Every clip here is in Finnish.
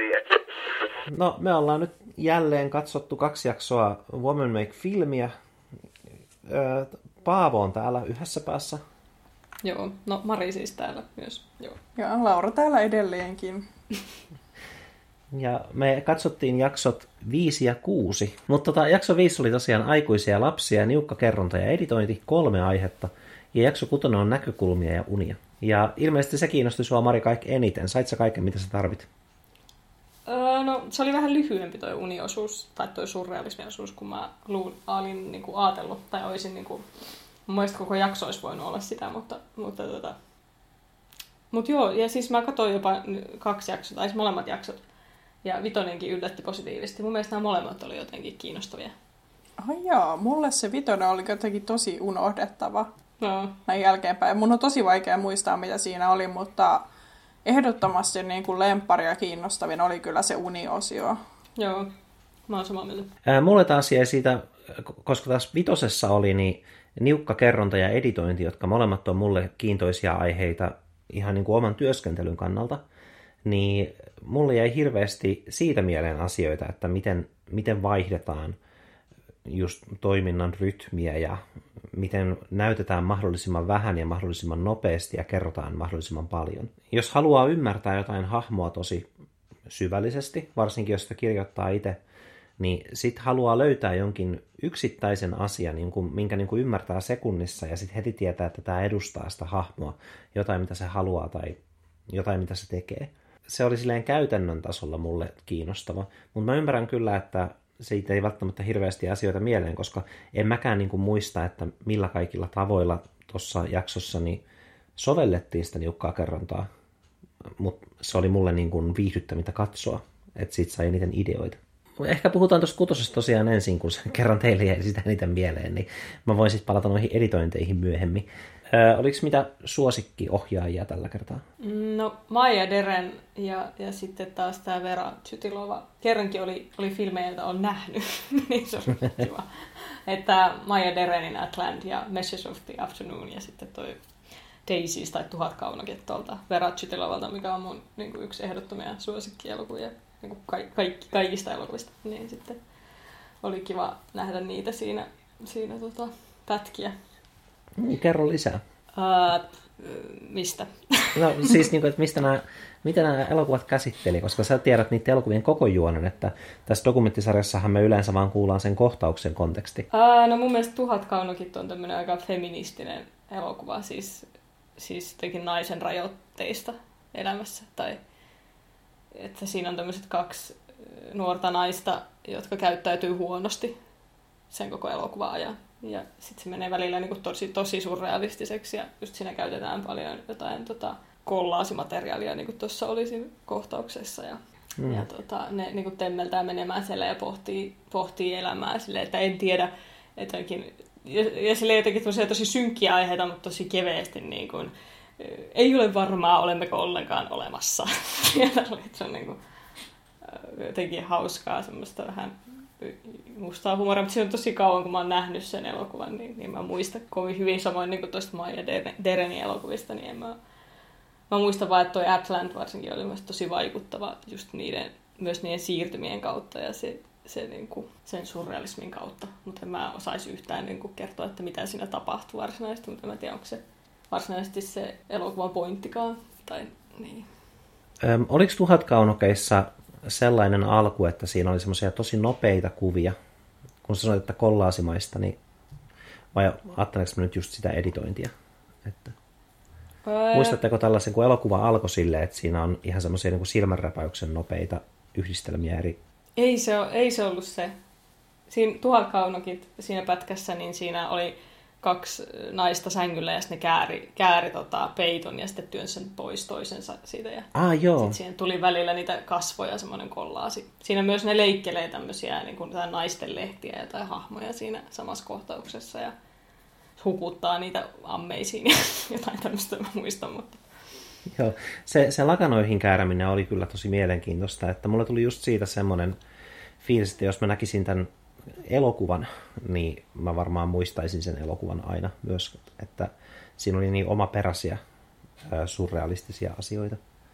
No, me ollaan nyt jälleen katsottu 2 jaksoa Woman Make-filmiä. Paavo on täällä yhdessä päässä. Joo, no Mari siis täällä myös. Joo. Ja Laura täällä edelleenkin. Ja me katsottiin jaksot 5 ja 6. Mutta jakso 5 oli tosiaan aikuisia lapsia, niukka kerronta ja editointi, 3 aihetta. Ja jakso 6 on näkökulmia ja unia. Ja ilmeisesti se kiinnosti sua, Mari, kaikki eniten. Sait sä kaiken, mitä sä tarvit? No, se oli vähän lyhyempi toi uniosuus, tai toi surrealismiosuus, kun mä olin niinku ajatellut, tai olisin niinku, mun mielestä koko jakso olisi voinut olla sitä, mutta joo, ja siis mä katsoin jopa 2 jaksoa, tai siis molemmat jaksot, ja 5 yllätti positiivisesti. Mun mielestä nämä molemmat oli jotenkin kiinnostavia. Joo, mulle se 5 oli jotenkin tosi unohdettava näin jälkeenpäin. Ja mun on tosi vaikea muistaa, mitä siinä oli, mutta ehdottomasti niin kuin lemppari ja kiinnostavin oli kyllä se uniosio. Joo, mä oon samaa mieltä. Mulle taas jäi siitä, koska taas 5 oli niin niukka kerronta ja editointi, jotka molemmat on mulle kiintoisia aiheita ihan niin kuin oman työskentelyn kannalta, niin mulle jäi hirveästi siitä mieleen asioita, että miten vaihdetaan just toiminnan rytmiä ja miten näytetään mahdollisimman vähän ja mahdollisimman nopeasti ja kerrotaan mahdollisimman paljon. Jos haluaa ymmärtää jotain hahmoa tosi syvällisesti, varsinkin jos sitä kirjoittaa itse, niin sitten haluaa löytää jonkin yksittäisen asian, minkä ymmärtää sekunnissa ja sitten heti tietää, että tämä edustaa sitä hahmoa, jotain mitä se haluaa tai jotain mitä se tekee. Se oli silleen käytännön tasolla mulle kiinnostava, mutta mä ymmärrän kyllä, että siitä ei välttämättä hirveästi asioita mieleen, koska en mäkään muista, että millä kaikilla tavoilla tuossa jaksossa niin sovellettiin sitä niukkaa kerrontaa, mutta se oli mulle viihdyttävintä katsoa, että siitä sai eniten ideoita. Ehkä puhutaan tuosta 6 tosiaan ensin, kun kerran teille jäi sitä eniten mieleen, niin mä voin sitten palata noihin editointeihin myöhemmin. Oliko mitä suosikkiohjaajia tällä kertaa? No Maija Deren ja sitten taas tämä Vera Chytilova. Kerrankin oli filmejä, joita olen nähnyt, niin se on kiva. Että Maija Derenin Atland ja Meshes of the Afternoon ja sitten toi Daisies tai 1000 kaunoket tuolta Vera Chytilovalta, mikä on mun yksi ehdottomia suosikkielokuvia kaikista elokuvista. Niin sitten oli kiva nähdä niitä siinä pätkiä. Kerro lisää. Mistä? No siis, että mitä nämä elokuvat käsitteli, koska sä tiedät niiden elokuvien koko juonen, että tässä dokumenttisarjassahan me yleensä vaan kuullaan sen kohtauksen konteksti. No mun mielestä 1000 kaunokit on tämmöinen aika feministinen elokuva, siis jotenkin naisen rajoitteista elämässä. Tai että siinä on tämmöiset 2 nuorta naista, jotka käyttäytyy huonosti sen koko elokuvan ajan. Ja sitten se menee välillä tosi surrealistiseksi ja just siinä käytetään paljon jotain kollaasimateriaalia, niin kuin tuossa oli siinä kohtauksessa. Ja ne temmeltää menemään siellä ja pohtii elämää silleen, että en tiedä, jotenkin, ja silleen jotenkin tosi synkkiä aiheita, mutta tosi keveesti ei ole varmaa, olemmeko ollenkaan olemassa. Ja se on jotenkin hauskaa, semmoista vähän mustaa humoria, mutta se on tosi kauan, kun mä oon nähnyt sen elokuvan, niin mä muistan kovin hyvin, samoin niin kuin tuosta Maija Derenin elokuvista, niin mä muistan vaan, että toi Atland varsinkin oli myös tosi vaikuttava just myös niiden siirtymien kautta ja sen surrealismin kautta, mutta en mä osaisi yhtään kertoa, että mitä siinä tapahtui varsinaisesti, mutta en tiedä, onko se varsinaisesti se elokuvan pointtikaan. Tai, niin. Oliko 1000 kaunokeissa sellainen alku, että siinä oli semmoisia tosi nopeita kuvia, kun sanoit, että kollaasimaista, niin vai ajattelenko nyt just sitä editointia? Että muistatteko tällaisen, kun elokuva alkoi silleen, että siinä on ihan semmoisia niin kuin silmänräpäyksen nopeita yhdistelmiä eri? Ei se ollut se. Siinä 1000 kaunokit siinä pätkässä, niin siinä oli 2 naista sängyllä ja sitten ne kääri peiton ja sitten työnsi sen pois toisensa siitä. Ja sitten siihen tuli välillä niitä kasvoja, semmoinen kollaasi. Siinä myös ne leikkelee tämmöisiä niin kuin naisten lehtiä ja tai hahmoja siinä samassa kohtauksessa ja hukuttaa niitä ammeisiin ja jotain tämmöistä mä muistan. Mutta. Joo, se lakanoihin kääräminen oli kyllä tosi mielenkiintoista, että mulle tuli just siitä semmoinen fiilis, että jos mä näkisin tämän elokuvan, niin mä varmaan muistaisin sen elokuvan aina myös, että siinä oli niin omaperäisiä surrealistisia asioita.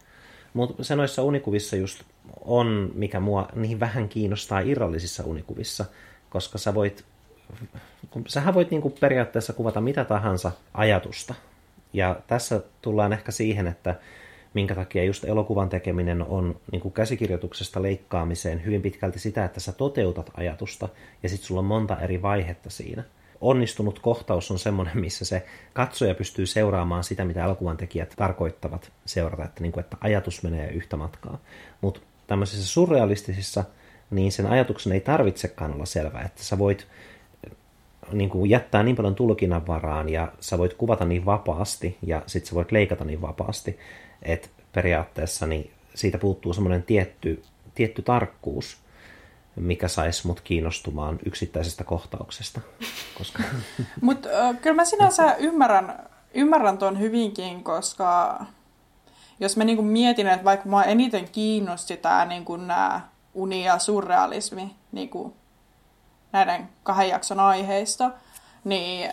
Mutta se noissa unikuvissa just on, mikä mua niin vähän kiinnostaa irrallisissa unikuvissa, koska sähän voit niinku periaatteessa kuvata mitä tahansa ajatusta. Ja tässä tullaan ehkä siihen, että minkä takia just elokuvan tekeminen on niinku käsikirjoituksesta leikkaamiseen hyvin pitkälti sitä, että sä toteutat ajatusta ja sitten sulla on monta eri vaihetta siinä. Onnistunut kohtaus on semmoinen, missä se katsoja pystyy seuraamaan sitä, mitä elokuvan tekijät tarkoittavat seurata, että ajatus menee yhtä matkaa. Mutta tämmöisissä surrealistisissa, niin sen ajatuksen ei tarvitsekaan olla selvää, että sä voit jättää niin paljon tulkinnan varaan ja sä voit kuvata niin vapaasti ja sitten sä voit leikata niin vapaasti, että periaatteessa niin siitä puuttuu semmoinen tietty tarkkuus, mikä saisi mut kiinnostumaan yksittäisestä kohtauksesta. Koska... Mutta kyllä mä sinänsä ymmärrän ton hyvinkin, koska jos mä niinku mietin, että vaikka mua eniten kiinnosti tää niinku nää uni ja surrealismi niinku näiden 2 jakson aiheista, niin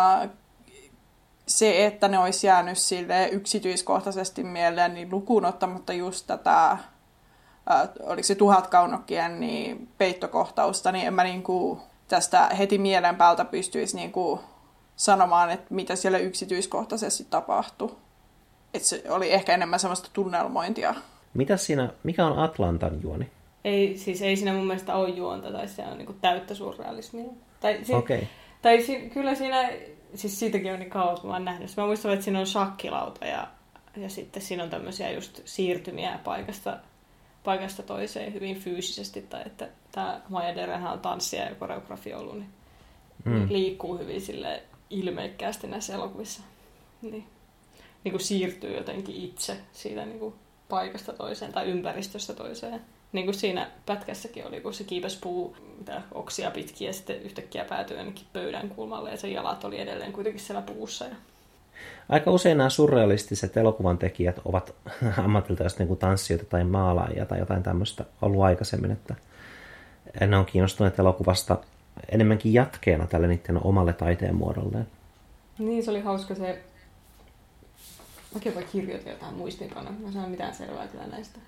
se, että ne olisi jäänyt sille yksityiskohtaisesti mieleen, niin lukuun ottamatta just tätä oliko se 1000 kaunokkien niin peittokohtausta, niin en mä niinku tästä heti mielen päältä pystyisi niinku sanomaan, että mitä siellä yksityiskohtaisesti tapahtui. Että se oli ehkä enemmän semmoista tunnelmointia. Mikä on Atlantan juoni? Ei siinä mun mielestä ole juonta, tai se on niinku täyttä surrealismia. Kyllä siinä, siis siitäkin on niin kauan, kun mä oon nähnyt. Mä muistan, että siinä on shakkilauta ja sitten siinä on tämmöisiä just siirtymiä paikasta toiseen hyvin fyysisesti, tai että tämä Maya Derenhän on tanssia ja koreografia ollut, niin liikkuu hyvin sille ilmeikkäästi näissä elokuvissa. Niin kuin siirtyy jotenkin itse siitä niin kuin paikasta toiseen tai ympäristöstä toiseen. Niin kuin siinä pätkässäkin oli, kun se kiipesi oksia pitkin ja sitten yhtäkkiä päätyi jonnekin pöydän kulmalle ja sen jalat oli edelleen kuitenkin siellä puussa. Aika usein nämä surrealistiset elokuvan tekijät ovat ammatilta just niin kuin tanssijoita tai maalaajia tai jotain tämmöistä ollut aikaisemmin, että ne on kiinnostuneet elokuvasta enemmänkin jatkeena tälle niiden omalle taiteen muodolleen. Niin, se oli hauska se... Mäkin jopa kirjoitin jotain muistiinpanoja, mä saan mitään selvää kyllä näistä.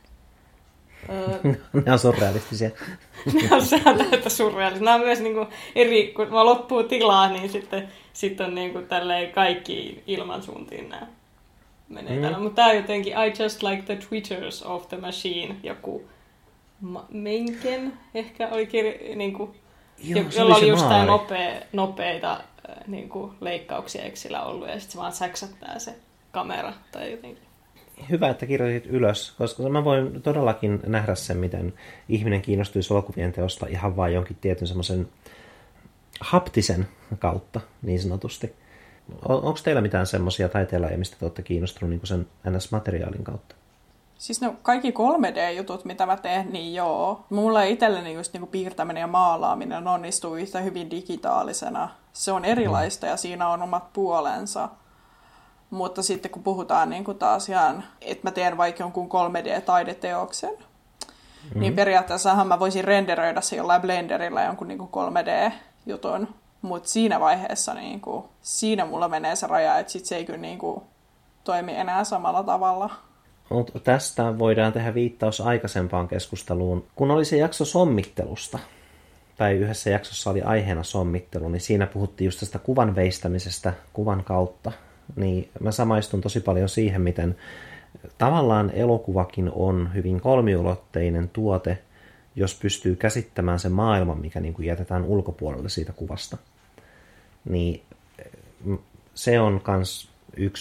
Ne on surrealistisia. Se on täyttä surrealistisia. Nämä on myös niin kuin eri, kun mä loppuu tilaa, niin sitten on niin kuin tälleen kaikki ilmansuuntiin nämä menee täällä. Mutta tämä on jotenkin I just like the twitters of the machine, joku Menken ehkä oli niin kuin, jolla oli just tämä nopeita niin kuin leikkauksia eikö sillä ollut, ja sitten se vaan säksättää se kamera tai jotenkin. Hyvä, että kirjoitit ylös, koska mä voin todellakin nähdä sen, miten ihminen kiinnostuisi elokuvien teosta ihan vain jonkin tietyn semmoisen haptisen kautta, niin sanotusti. Onko teillä mitään semmoisia taiteilijoita, mistä te olette kiinnostunut niin sen NS-materiaalin kautta? Siis no kaikki 3D-jutut, mitä mä teen, niin joo. Mulla itselleni just niin kuin piirtäminen ja maalaaminen onnistuu yhtä hyvin digitaalisena. Se on erilaista ja siinä on omat puolensa. Mutta sitten kun puhutaan niin kuin taas ihan, että mä teen vaikka jonkun 3D-taideteoksen, niin periaatteessahan mä voisin renderöidä se jollain Blenderillä jonkun niin kuin 3D-jutun. Mutta siinä vaiheessa niin kuin, siinä mulla menee se raja, että sit se ei kyllä niin kuin toimi enää samalla tavalla. Mutta tästä voidaan tehdä viittaus aikaisempaan keskusteluun. Kun oli se jakso sommittelusta, tai yhdessä jaksossa oli aiheena sommittelu, niin siinä puhuttiin just tästä kuvan veistämisestä kuvan kautta. Niin mä samaistun tosi paljon siihen, miten tavallaan elokuvakin on hyvin kolmiulotteinen tuote, jos pystyy käsittämään sen maailman, mikä niin kuin jätetään ulkopuolelle siitä kuvasta. Niin se on kans yksi,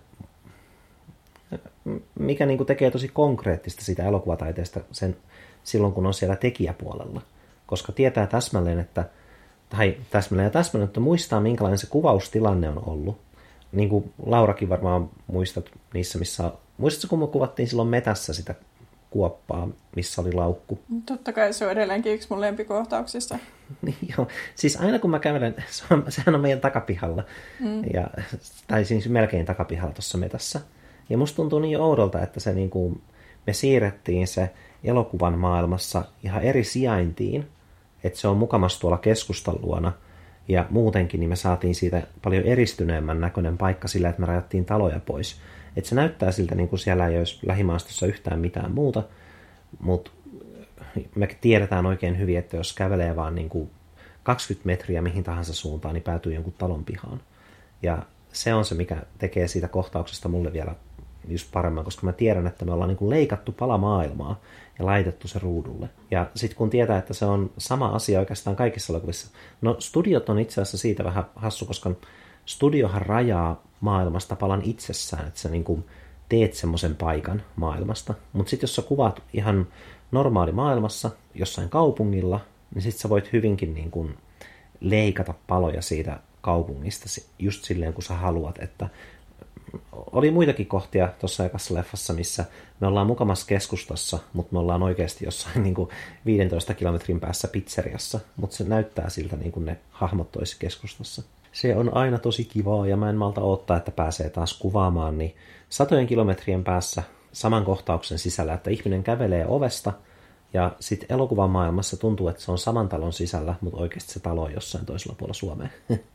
mikä niin kuin tekee tosi konkreettista siitä elokuvataiteesta silloin, kun on siellä tekijäpuolella. Koska tietää täsmälleen, että muistaa, minkälainen se kuvaustilanne on ollut. Niin kuin Laurakin varmaan muistat niissä, muistatko, kun me kuvattiin silloin metässä sitä kuoppaa, missä oli laukku? Totta kai se on edelleenkin yksi mun lempikohtauksista. Joo, siis aina kun mä kävelen, sehän on meidän takapihalla, tai siis melkein takapihalla tuossa metässä. Ja musta tuntuu niin oudolta, että se niin kuin, me siirrettiin se elokuvan maailmassa ihan eri sijaintiin, että se on mukamas tuolla keskustan luona, Ja muutenkin niin me saatiin siitä paljon eristyneemmän näköinen paikka sillä, että me rajattiin taloja pois. Että se näyttää siltä, niin kuin siellä ei olisi lähimaastossa yhtään mitään muuta, mutta me tiedetään oikein hyvin, että jos kävelee vaan niin kuin 20 metriä mihin tahansa suuntaan, niin päätyy jonkun talon pihaan. Ja se on se, mikä tekee siitä kohtauksesta mulle vielä just paremman, koska mä tiedän, että me ollaan niin kuin leikattu pala maailmaa ja laitettu se ruudulle. Ja sitten kun tietää, että se on sama asia oikeastaan kaikissa elokuvissa. No studiot on itse asiassa siitä vähän hassu, koska studiohan rajaa maailmasta palan itsessään, että sä niin kuin teet semmoisen paikan maailmasta. Mutta sitten jos sä kuvaat ihan normaali maailmassa, jossain kaupungilla, niin sitten sä voit hyvinkin niin kuin leikata paloja siitä kaupungista just silleen, kun sä haluat. Että oli muitakin kohtia tuossa ekassa leffassa, missä me ollaan mukamassa keskustassa, mutta me ollaan oikeasti jossain niin kuin 15 kilometrin päässä pizzeriassa, mutta se näyttää siltä, niin kuin ne hahmot olisi keskustassa. Se on aina tosi kivaa ja mä en malta odottaa, että pääsee taas kuvaamaan niin satojen kilometrien päässä saman kohtauksen sisällä, että ihminen kävelee ovesta ja sitten elokuvan maailmassa tuntuu, että se on saman talon sisällä, mutta oikeasti se talo on jossain toisella puolella Suomea.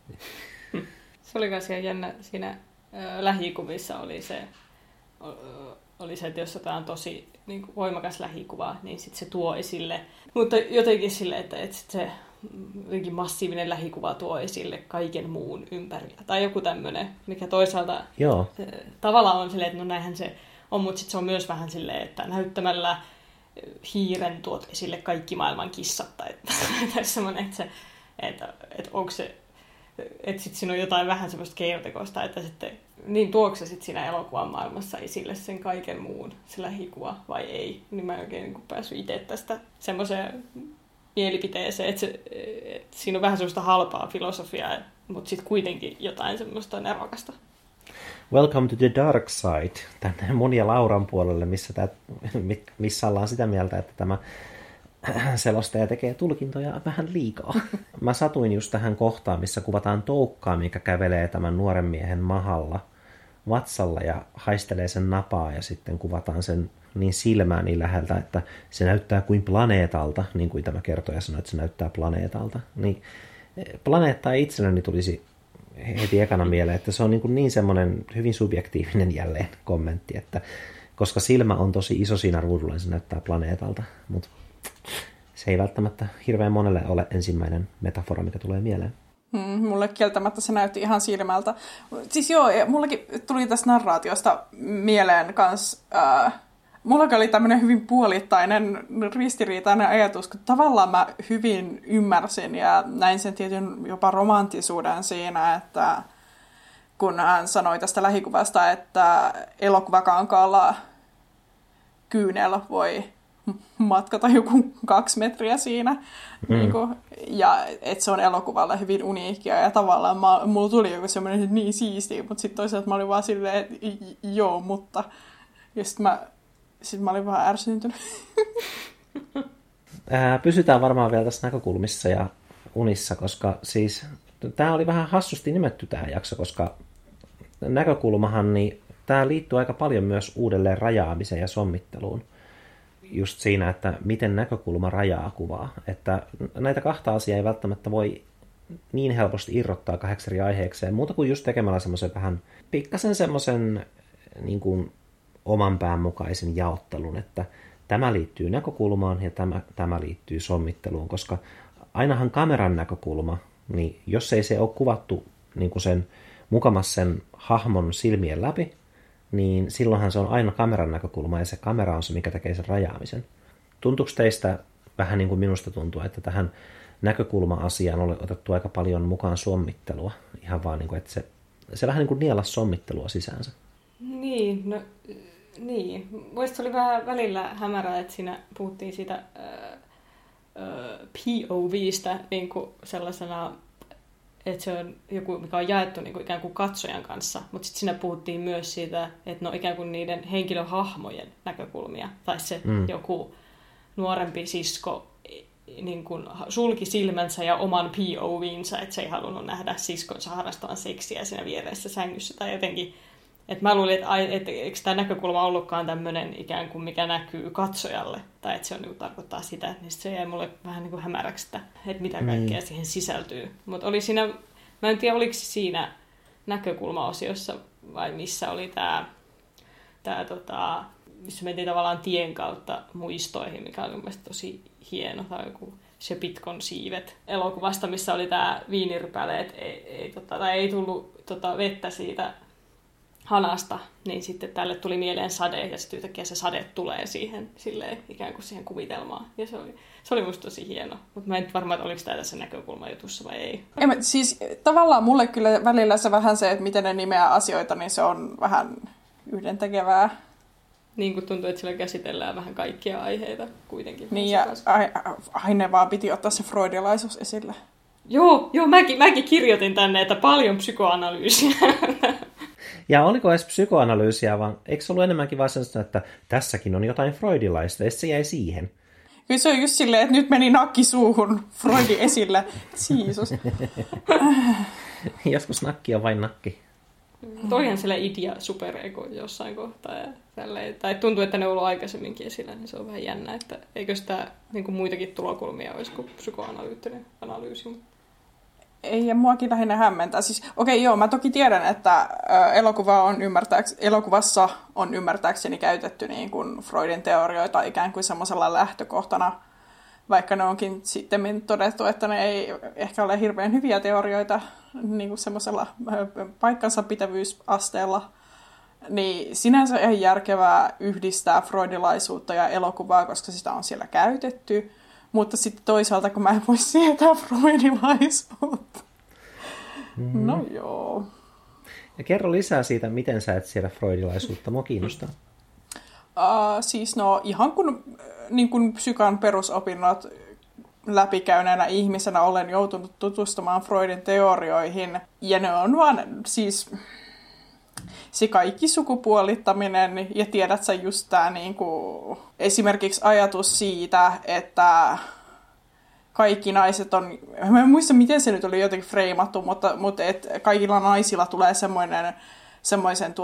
Se oli myös jännä siinä lähikuvissa oli se, että jos jotain tosi niin kuin voimakas lähikuva, niin sitten se tuo esille. Mutta jotenkin sille, että se jotenkin massiivinen lähikuva tuo esille kaiken muun ympärillä. Tai joku tämmöinen, mikä toisaalta tavallaan on silleen, että no näinhän se on, mutta sitten se on myös vähän silleen, että näyttämällä hiiren tuot esille kaikki maailman kissat. Tai semmoinen, että onko se, että sitten siinä on jotain vähän semmoista keinotekoista, että sitten niin tuoko se sitten siinä elokuvan maailmassa esille sen kaiken muun, se lähikuva vai ei. Niin mä en oikein niin päässyt itse tästä semmoiseen mielipiteeseen, että siinä on vähän semmoista halpaa filosofiaa, mutta sitten kuitenkin jotain semmoista nerokasta. Welcome to the dark side, tänne mun ja Lauran puolelle, missä ollaan sitä mieltä, että tämä selostaja tekee tulkintoja vähän liikaa. Mä satuin just tähän kohtaan, missä kuvataan Toukkaa, mikä kävelee tämän nuoren miehen mahalla vatsalla ja haistelee sen napaa ja sitten kuvataan sen niin silmää niin läheltä, että se näyttää kuin planeetalta, niin kuin tämä kertoja sanoi, että se näyttää planeetalta. Niin planeetta ei itselleni tulisi heti ekana mieleen, että se on niin semmoinen hyvin subjektiivinen jälleen kommentti, että koska silmä on tosi iso siinä ruudulla, niin se näyttää planeetalta, mutta se ei välttämättä hirveän monelle ole ensimmäinen metafora, mikä tulee mieleen. Mulle kieltämättä se näytti ihan silmältä. Siis joo, mullekin tuli tästä narraatiosta mieleen kans. Mullakin oli tämmöinen hyvin puolittainen, ristiriitainen ajatus, kun tavallaan mä hyvin ymmärsin ja näin sen tietyn jopa romanttisuuden siinä, että kun hän sanoi tästä lähikuvasta, että elokuvakankaalla kyynel voi matkata joku 2 metriä siinä. Niin kuin, ja että se on elokuvalla hyvin uniikkia ja tavallaan mulla tuli joku semmoinen niin siistiä, mutta sitten toisaalta mä olin vaan silleen, että joo, mutta ja sitten mä olin vaan ärsyntynyt. Pysytään varmaan vielä tässä näkökulmissa ja unissa, koska siis tämä oli vähän hassusti nimetty tämä jakso, koska näkökulmahan, niin tämä liittyy aika paljon myös uudelleen rajaamiseen ja sommitteluun. Just siinä, että miten näkökulma rajaa kuvaa. Että näitä kahta asiaa ei välttämättä voi niin helposti irrottaa 8 eri aiheekseen, muuta kuin just tekemällä semmoisen vähän pikkasen semmoisen niin kuin oman pään mukaisen jaottelun, että tämä liittyy näkökulmaan ja tämä liittyy sommitteluun, koska ainahan kameran näkökulma, niin jos ei se ole kuvattu niin kuin sen mukamas sen hahmon silmien läpi, niin silloinhan se on aina kameran näkökulma ja se kamera on se, mikä tekee sen rajaamisen. Tuntuuko teistä vähän niin kuin minusta tuntuu, että tähän näkökulma-asiaan on otettu aika paljon mukaan sommittelua, ihan vaan niin kuin, että se vähän niin kuin nielas sommittelua sisäänsä? Niin, no niin. Mielestäni oli vähän välillä hämärää, että siinä puhuttiin siitä POVstä niin kuin sellaisena, että se on joku, mikä on jaettu niin kuin ikään kuin katsojan kanssa, mutta sitten siinä puhuttiin myös siitä, että no ikään kuin niiden henkilöhahmojen näkökulmia, tai se joku nuorempi sisko niin kuin sulki silmänsä ja oman POVinsa, että se ei halunnut nähdä siskonsa harrastavan seksiä siinä viereisessä sängyssä, tai jotenkin Et mä luulin, että eikö tämä näkökulma ollutkaan tämmöinen ikään kuin mikä näkyy katsojalle, tai että se on, niin kuin, tarkoittaa sitä, niin se jäi mulle vähän niin kuin hämäräksi, että mitä kaikkea siihen sisältyy. Mutta oli siinä, mä en tiedä oliko siinä näkökulmaosiossa vai missä oli tämä missä mentiin tavallaan tien kautta muistoihin, mikä oli mun mielestä tosi hieno, tai joku Shepitkon siivet elokuvasta, missä oli tämä viinirypäle, että ei tullut vettä siitä hanasta, niin sitten tälle tuli mieleen sade, ja sitten yhtäkkiä se sade tulee siihen silleen, ikään kuin siihen kuvitelmaan. Ja se oli musta tosi hieno. Mutta mä en varma, että oliko tämä tässä näkökulmajutussa vai ei. Siis tavallaan mulle kyllä välillä se vähän se, että miten ne nimeää asioita, niin se on vähän yhdentekevää. Niin kuin tuntuu, että sillä käsitellään vähän kaikkia aiheita kuitenkin. Niin, ja aina vaan piti ottaa se freudilaisuus esille. Joo, mäkin kirjoitin tänne, että paljon psykoanalyysiä. Ja oliko edes psykoanalyysiä, vaan eikö se ollut enemmänkin vaan sellaista, että tässäkin on jotain freudilaista, ja se jäi siihen? Kyllä se on just silleen, että nyt meni nakki suuhun, Freudi esille. Siisus. Joskus nakki on vain nakki. Toihan siellä idea superego jossain kohtaa. Ja tai tuntuu, että ne on ollut aikaisemminkin esillä, niin se on vähän jännä, että eikö sitä niin kuin muitakin tulokulmia olisi kuin psykoanalyyttinen analyysi. Ei, ja muakin lähinnä hämmentää. Siis, mä toki tiedän, että elokuvassa on ymmärtääkseni käytetty niin kuin Freudin teorioita ikään kuin semmoisella lähtökohtana, vaikka ne onkin sitten todettu, että ne ei ehkä ole hirveän hyviä teorioita niin kuin semmoisella paikkansa pitävyysasteella. Niin sinänsä ihan järkevää yhdistää freudilaisuutta ja elokuvaa, koska sitä on siellä käytetty. Mutta sitten toisaalta, kun mä en voi sietää freudilaisuutta. No joo. Ja kerro lisää siitä, miten sä et siedä freudilaisuutta. Mua kiinnostaa. Siis ihan niin kun psykan perusopinnot läpikäyneenä ihmisenä olen joutunut tutustumaan Freudin teorioihin. Ja ne on vaan siis se kaikki sukupuolittaminen ja tiedät sä just tää niinku, esimerkiksi ajatus siitä, että kaikki naiset on, mä en muista miten se nyt oli jotenkin freimattu, mutta et kaikilla naisilla tulee semmoisen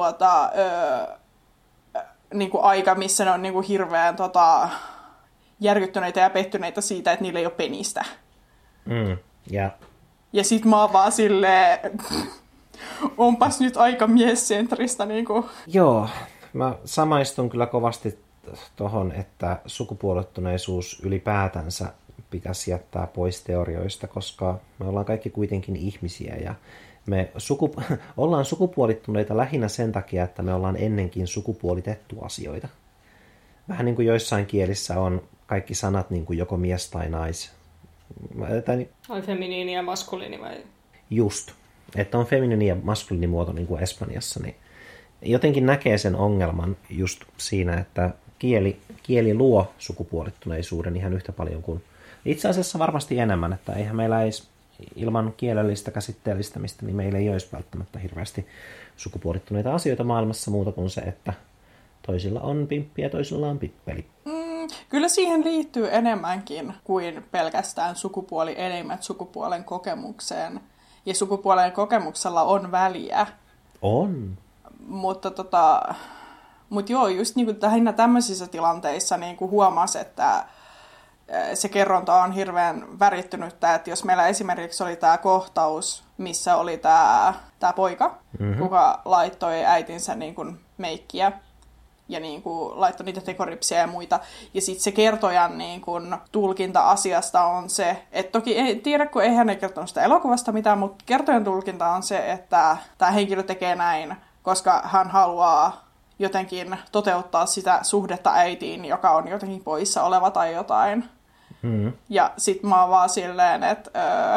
niinku aika, missä ne on niinku hirveän järkyttyneitä ja pettyneitä siitä, että niillä ei ole penistä. Yeah. Ja sit mä oon vaan silleen, onpas nyt aika miessentristä. Niinku. Joo, mä samaistun kyllä kovasti tohon, että sukupuolittuneisuus ylipäätänsä pitäisi jättää pois teorioista, koska me ollaan kaikki kuitenkin ihmisiä ja me ollaan sukupuolittuneita lähinnä sen takia, että me ollaan ennenkin sukupuolitettu asioita. Vähän niin kuin joissain kielissä on kaikki sanat niin kuin joko mies tai nais. Ai feminiini ja maskuliini vai? Just. Että on feminiini ja maskuliinimuoto niin kuin Espanjassa, niin jotenkin näkee sen ongelman just siinä, että kieli luo sukupuolittuneisuuden ihan yhtä paljon kuin itse asiassa varmasti enemmän, että eihän meillä ei ilman kielellistä käsitteellistämistä, niin meillä ei olisi välttämättä hirveästi sukupuolittuneita asioita maailmassa muuta kuin se, että toisilla on pimppi ja toisilla on pippeli. Kyllä siihen liittyy enemmänkin kuin pelkästään sukupuolielimet sukupuolen kokemukseen. Ja sukupuolen kokemuksella on väliä. On. Mutta joo, just niin kuin lähinnä tämmöisissä tilanteissa niin kuin huomasi, että se kerronta on hirveän värittynyttä, että jos meillä esimerkiksi oli tämä kohtaus, missä oli tämä poika, kuka laittoi äitinsä niin kuin meikkiä ja niin kuin laittoi niitä tekoripsiä ja muita. Ja sitten se kertojan niin kuin tulkinta asiasta on se, että toki ei tiedä, kun ei hän kertonut sitä elokuvasta mitään, mutta kertojan tulkinta on se, että tämä henkilö tekee näin, koska hän haluaa jotenkin toteuttaa sitä suhdetta äitiin, joka on jotenkin poissa oleva tai jotain. Ja sit mä oon vaan silleen, että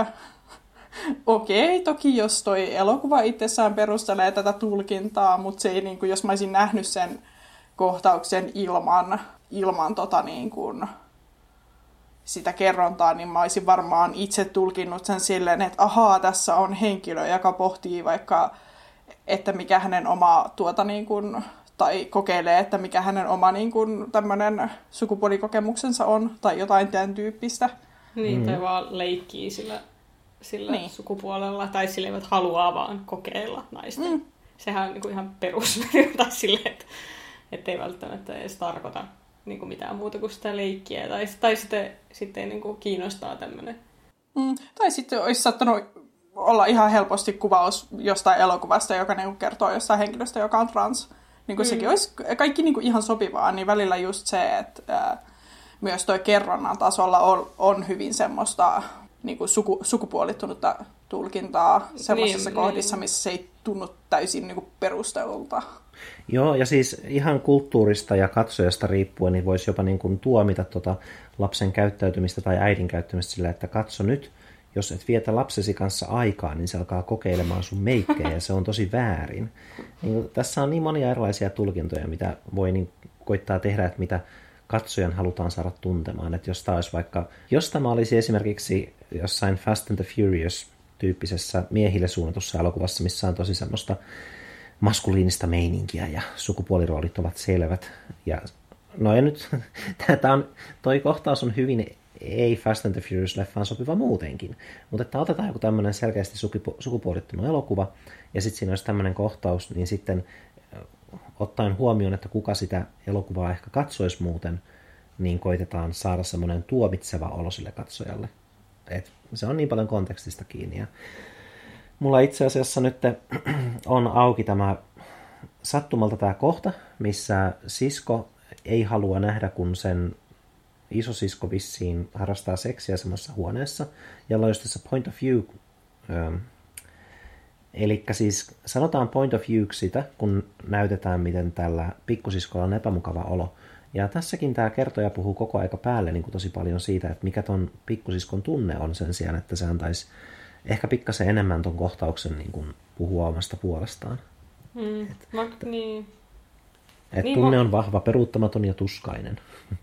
okei, toki jos toi elokuva itsessään perustelee tätä tulkintaa, mutta se ei, niin kuin, jos mä olisin nähnyt sen kohtauksen ilman niin kuin, sitä kerrontaa, niin mä olisin varmaan itse tulkinnut sen silleen, että ahaa, tässä on henkilö, joka pohtii vaikka, että mikä hänen oma niin kuin, tai kokeilee, että mikä hänen oma niin kuin, tämmöinen sukupuolikokemuksensa on, tai jotain tämän tyyppistä. Niin, tai vaan leikkii sillä niin sukupuolella, tai sillä eivät haluaa vaan kokeilla naisten sehän on niin kuin ihan perus tai silleen, että ei välttämättä edes tarkoita niin kuin mitään muuta kuin sitä leikkiä. Tai sitten niin kuin kiinnostaa tämmöinen. Tai sitten olisi saattanut olla ihan helposti kuvaus jostain elokuvasta, joka niin kuin kertoo jostain henkilöstä, joka on trans. Niin kuin sekin olisi kaikki niin kuin ihan sopivaa, niin välillä just se, että myös toi kerronnan tasolla on hyvin semmoista niin kuin sukupuolittunutta tulkintaa semmoisissa kohdissa, missä se ei tunnu täysin niin kuin perustelulta. Joo, ja siis ihan kulttuurista ja katsojasta riippuen, niin voisi jopa niin kuin tuomita lapsen käyttäytymistä tai äidin käyttäytymistä sillä, että katso nyt, jos et vietä lapsesi kanssa aikaa, niin se alkaa kokeilemaan sun meikkejä ja se on tosi väärin. Niin tässä on niin monia erilaisia tulkintoja, mitä voi niin koittaa tehdä, että mitä katsojan halutaan saada tuntemaan. Että jos tämä olisi esimerkiksi jossain Fast and the Furious-tyyppisessä miehille suunnatussa elokuvassa, missä on tosi semmoista maskuliinista meininkiä ja sukupuoliroolit ovat selvät. Ja, no ja nyt, toi kohtaus on hyvin ei Fast and the Furious-leffaan sopiva muutenkin. Mutta että otetaan joku tämmöinen selkeästi sukupuolittunut elokuva, ja sitten siinä olisi tämmöinen kohtaus, niin sitten ottaen huomioon, että kuka sitä elokuvaa ehkä katsoisi muuten, niin koitetaan saada semmoinen tuomitseva olo sille katsojalle. Et se on niin paljon kontekstista kiinni. Ja mulla itse asiassa nyt on auki sattumalta tämä kohta, missä sisko ei halua nähdä, kun sen isosisko vissiin harrastaa seksiä samassa huoneessa, jolla on just tässä point of view. Eli siis sanotaan point of view sitä, kun näytetään, miten tällä pikkusiskolla on epämukava olo. Ja tässäkin tämä kertoja puhuu koko aika päälle niin kuin tosi paljon siitä, että mikä ton pikkusiskon tunne on sen sijaan, että se antaisi ehkä pikkasen enemmän ton kohtauksen niin kuin puhua omasta puolestaan. Niin. Tunne on vahva, peruuttamaton ja tuskainen.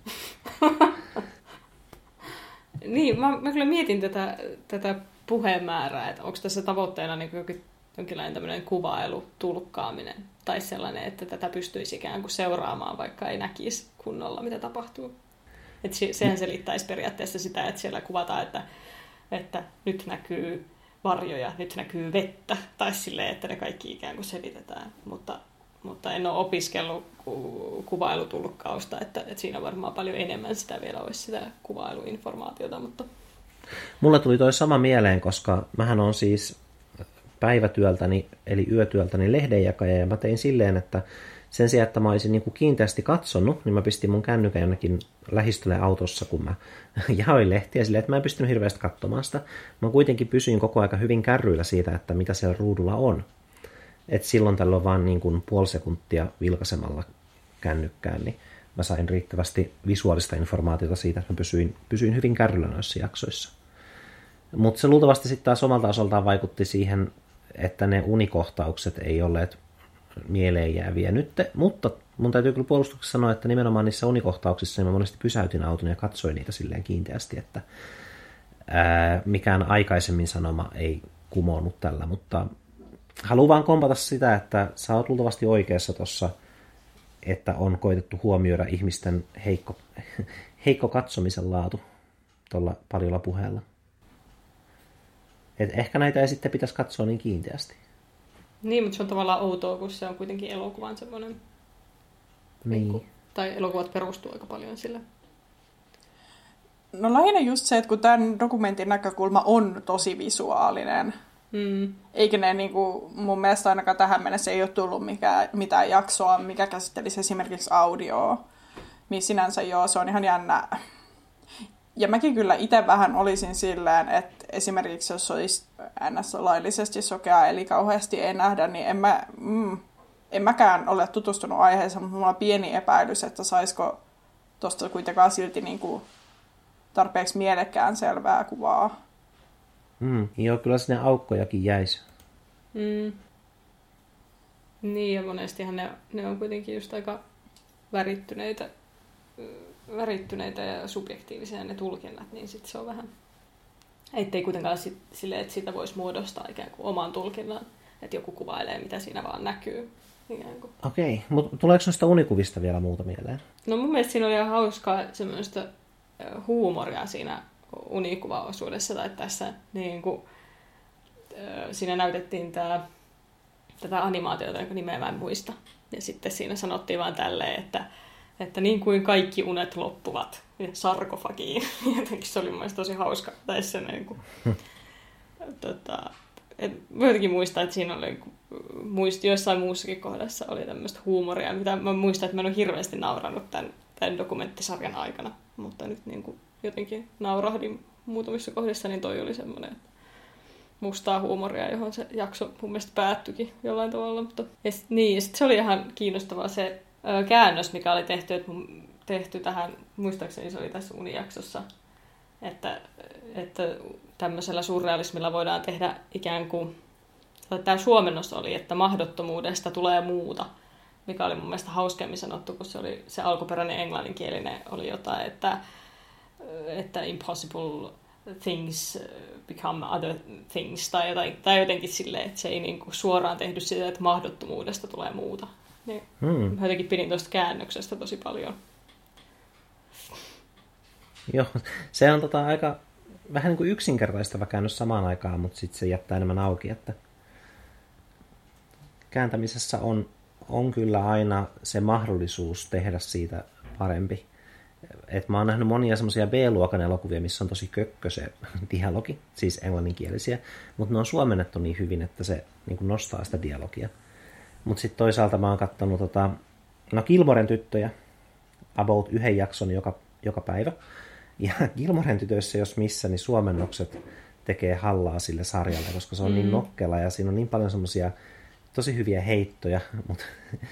Niin, mä kyllä mietin tätä puhemäärää, että onko tässä tavoitteena niin jonkinlainen tämmöinen kuvailu, tulkkaaminen tai sellainen, että tätä pystyisi ikään kuin seuraamaan, vaikka ei näkisi kunnolla, mitä tapahtuu. Että sehän selittäisi periaatteessa sitä, että siellä kuvataan, että nyt näkyy varjoja, nyt näkyy vettä, tai silleen, että ne kaikki ikään kuin selitetään, mutta en ole opiskellut kuvailutulkkausta, että siinä varmaan paljon enemmän sitä vielä olisi sitä kuvailuinformaatiota. Mutta mulle tuli toi sama mieleen, koska mähän on siis päivätyöltäni, eli yötyöltäni lehdenjakaja, ja mä tein silleen, että sen sijaan, että mä olisin niin kuin kiinteästi katsonut, niin mä pistin mun kännykän jonnekin lähistölle autossa, kun mä jaoin lehtiä silleen, että mä en pystynyt hirveästi katsomaan sitä. Mä kuitenkin pysyin koko aika hyvin kärryillä siitä, että mitä siellä ruudulla on. Et silloin tällöin vaan niin kuin puoli sekuntia vilkaisemalla kännykkään, niin mä sain riittävästi visuaalista informaatiota siitä, että mä pysyin hyvin kärryillä noissa jaksoissa. Mutta se luultavasti sitten taas omalta osaltaan vaikutti siihen, että ne unikohtaukset ei olleet mieleen jääviä nyt, mutta mun täytyy kyllä puolustuksessa sanoa, että nimenomaan niissä unikohtauksissa mä monesti pysäytin auton ja katsoin niitä silleen kiinteästi, että mikään aikaisemmin sanoma ei kumoonnut tällä, mutta haluan vaan kompata sitä, että sä oot luultavasti oikeassa tuossa, että on koitettu huomioida ihmisten heikko katsomisen laatu tuolla paljolla puheella. Et ehkä näitä ei sitten pitäisi katsoa niin kiinteästi. Niin, mutta se on tavallaan outoa, kun se on kuitenkin elokuvan semmoinen. Niin. Tai elokuvat perustuu aika paljon sille. No lähinnä just se, että kun tämän dokumentin näkökulma on tosi visuaalinen, eikä ne niin kuin, mun mielestä ainakaan tähän mennessä ei ole tullut mitään jaksoa, mikä käsittelisi esimerkiksi audioa, niin sinänsä joo, se on ihan jännä. Ja mäkin kyllä itse vähän olisin silleen, että esimerkiksi jos olisi NS laillisesti sokea, eli kauheasti ei nähdä, niin en mäkään ole tutustunut aiheeseen, mutta mulla on pieni epäilys, että saisiko tuosta kuitenkaan silti niin kuin tarpeeksi mielekkään selvää kuvaa. Joo, kyllä sinne aukkojakin jäisi. Niin, ja monestihan ne on kuitenkin just aika värittyneitä ja subjektiivisia ne tulkinnat, niin sitten se on vähän, ettei kuitenkaan silleen, että siitä voisi muodostaa ikään kuin oman tulkinnan, että joku kuvailee, mitä siinä vaan näkyy. Okei, mutta tuleeko noista unikuvista vielä muuta mieleen? No mun mielestä siinä oli ihan hauskaa semmoista huumoria siinä unikuvaosuudessa, tai tässä niin kuin, siinä näytettiin tämä tätä animaatiota, jonka nimeä mä en muista. Ja sitten siinä sanottiin vaan tälleen, että niin kuin kaikki unet loppuvat sarkofagiin. Jotenkin se oli mun mielestä tosi hauska. Tai se niin kuin, mä jotenkin muistan, että siinä oli joissain muussakin kohdassa oli tämmöistä huumoria, mitä mä muistan, että mä en ole hirveästi nauranut tämän dokumenttisarjan aikana, mutta nyt niin kuin jotenkin naurahdin muutamissa kohdissa, niin toi oli semmoinen mustaa huumoria, johon se jakso mun mielestä päättyikin jollain tavalla. Mutta niin, sitten se oli ihan kiinnostavaa se käännös, mikä oli tehty tähän, muistaakseni se oli tässä unijaksossa, että tämmöisellä surrealismilla voidaan tehdä ikään kuin, tämä suomennos oli, että mahdottomuudesta tulee muuta, mikä oli mun mielestä hauskemmin sanottu, kun se alkuperäinen englanninkielinen oli jotain, että impossible things become other things, tai jotenkin silleen, että se ei niinku suoraan tehdy sitä, että mahdottomuudesta tulee muuta. Niin mä jotenkin pidin tuosta käännöksestä tosi paljon. Joo, se on aika vähän niin kuin yksinkertaistava käännös samaan aikaan, mutta sitten se jättää enemmän auki, että kääntämisessä on kyllä aina se mahdollisuus tehdä siitä parempi. Et mä oon nähnyt monia semmoisia B-luokan elokuvia, missä on tosi kökkö se dialogi, siis englanninkielisiä, mutta ne on suomennettu niin hyvin, että se niin kuin nostaa sitä dialogia. Mutta sitten toisaalta mä oon kattonut Gilmoren tyttöjä, about 1 jakson joka päivä. Ja Gilmoren tytöissä, jos missä, niin suomennokset tekee hallaa sille sarjalle, koska se on niin nokkela ja siinä on niin paljon semmoisia tosi hyviä heittoja. Mutta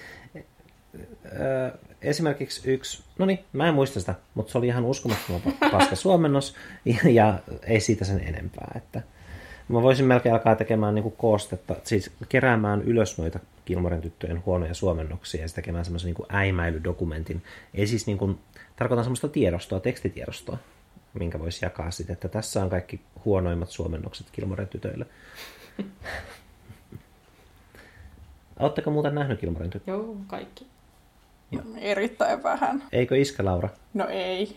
esimerkiksi yksi, no niin, mä en muista sitä, mutta se oli ihan uskomattoman paska suomennos ja ei siitä sen enempää. Että mä voisin melkein alkaa tekemään niin kuin koostetta, siis keräämään ylös noita Gilmoren tyttöjen huonoja suomennoksia ja tekemään semmoisen niin kuin äimäilydokumentin. Ei siis niin kuin, tarkoitan semmoista tiedostoa, tekstitiedostoa, minkä voisi jakaa sitten, että tässä on kaikki huonoimmat suomennokset Gilmoren tytöille. Oletteko muuten nähnyt Gilmoren tyttöjä? Joo, kaikki. Joo. Erittäin vähän. Eikö iskä, Laura? No ei.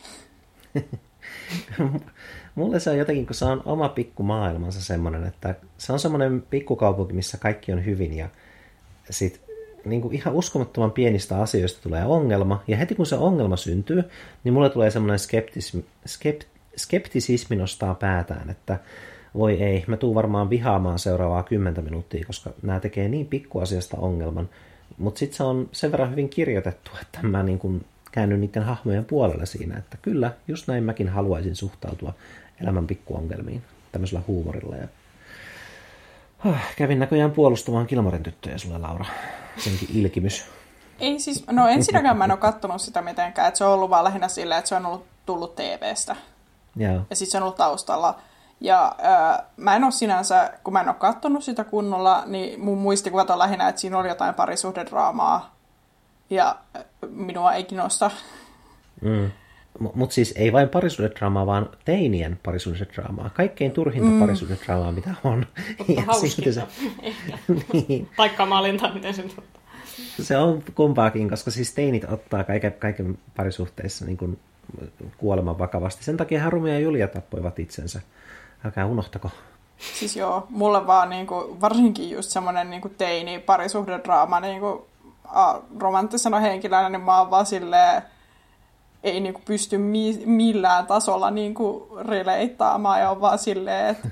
Mulle se on jotenkin, kun se on oma pikkumaailmansa semmoinen, että se on semmoinen pikkukaupunki, missä kaikki on hyvin ja sit niin kuin ihan uskomattoman pienistä asioista tulee ongelma ja heti kun se ongelma syntyy, niin mulle tulee semmoinen skeptisismi nostaa päätään, että voi ei, mä tuun varmaan vihaamaan seuraavaa 10 minuuttia, koska nämä tekee niin pikkuasiasta ongelman, mutta sitten se on sen verran hyvin kirjoitettu, että mä niin kuin käännyn niiden hahmojen puolelle siinä, että kyllä, just näin mäkin haluaisin suhtautua elämän pikkuongelmiin tämmöisellä huumorilla. Ja kävin näköjään puolustamaan Gilmoren tyttöjä sulle, Laura. Senkin ilkimys. Ei siis, no ensinnäkään mä en ole katsonut sitä mitenkään, että se on ollut vaan lähinnä silleen, että se on tullut TV:stä. Joo. Ja sitten se on ollut taustalla. Ja mä en ole sinänsä, kun mä en ole katsonut sitä kunnolla, niin mun muistikuvat on lähinnä, että siinä oli jotain parisuhdedraamaa. Ja minua ei kiinnosta. Mutta siis ei vain parisuhdedraamaa, vaan teinien parisuhdedraamaa. Kaikkein turhinta parisuhdedraamaa, mitä on. Mutta hauskinta. Niin. Tai kamalinta, miten se on. Se on kumpaakin, koska siis teinit ottaa kaiken parisuhteissa niin kuin kuoleman vakavasti. Sen takia Romeo ja Julia tappoivat itsensä. Älkää unohtako. Siis joo, mulle vaan niinku, varsinkin just semmoinen niinku teini parisuhdedraama niinku, romanttisena henkilönä, niin mä oon vaan silleen, ei niinku pysty millään tasolla niinku releittaamaan ja on vaan silleen, että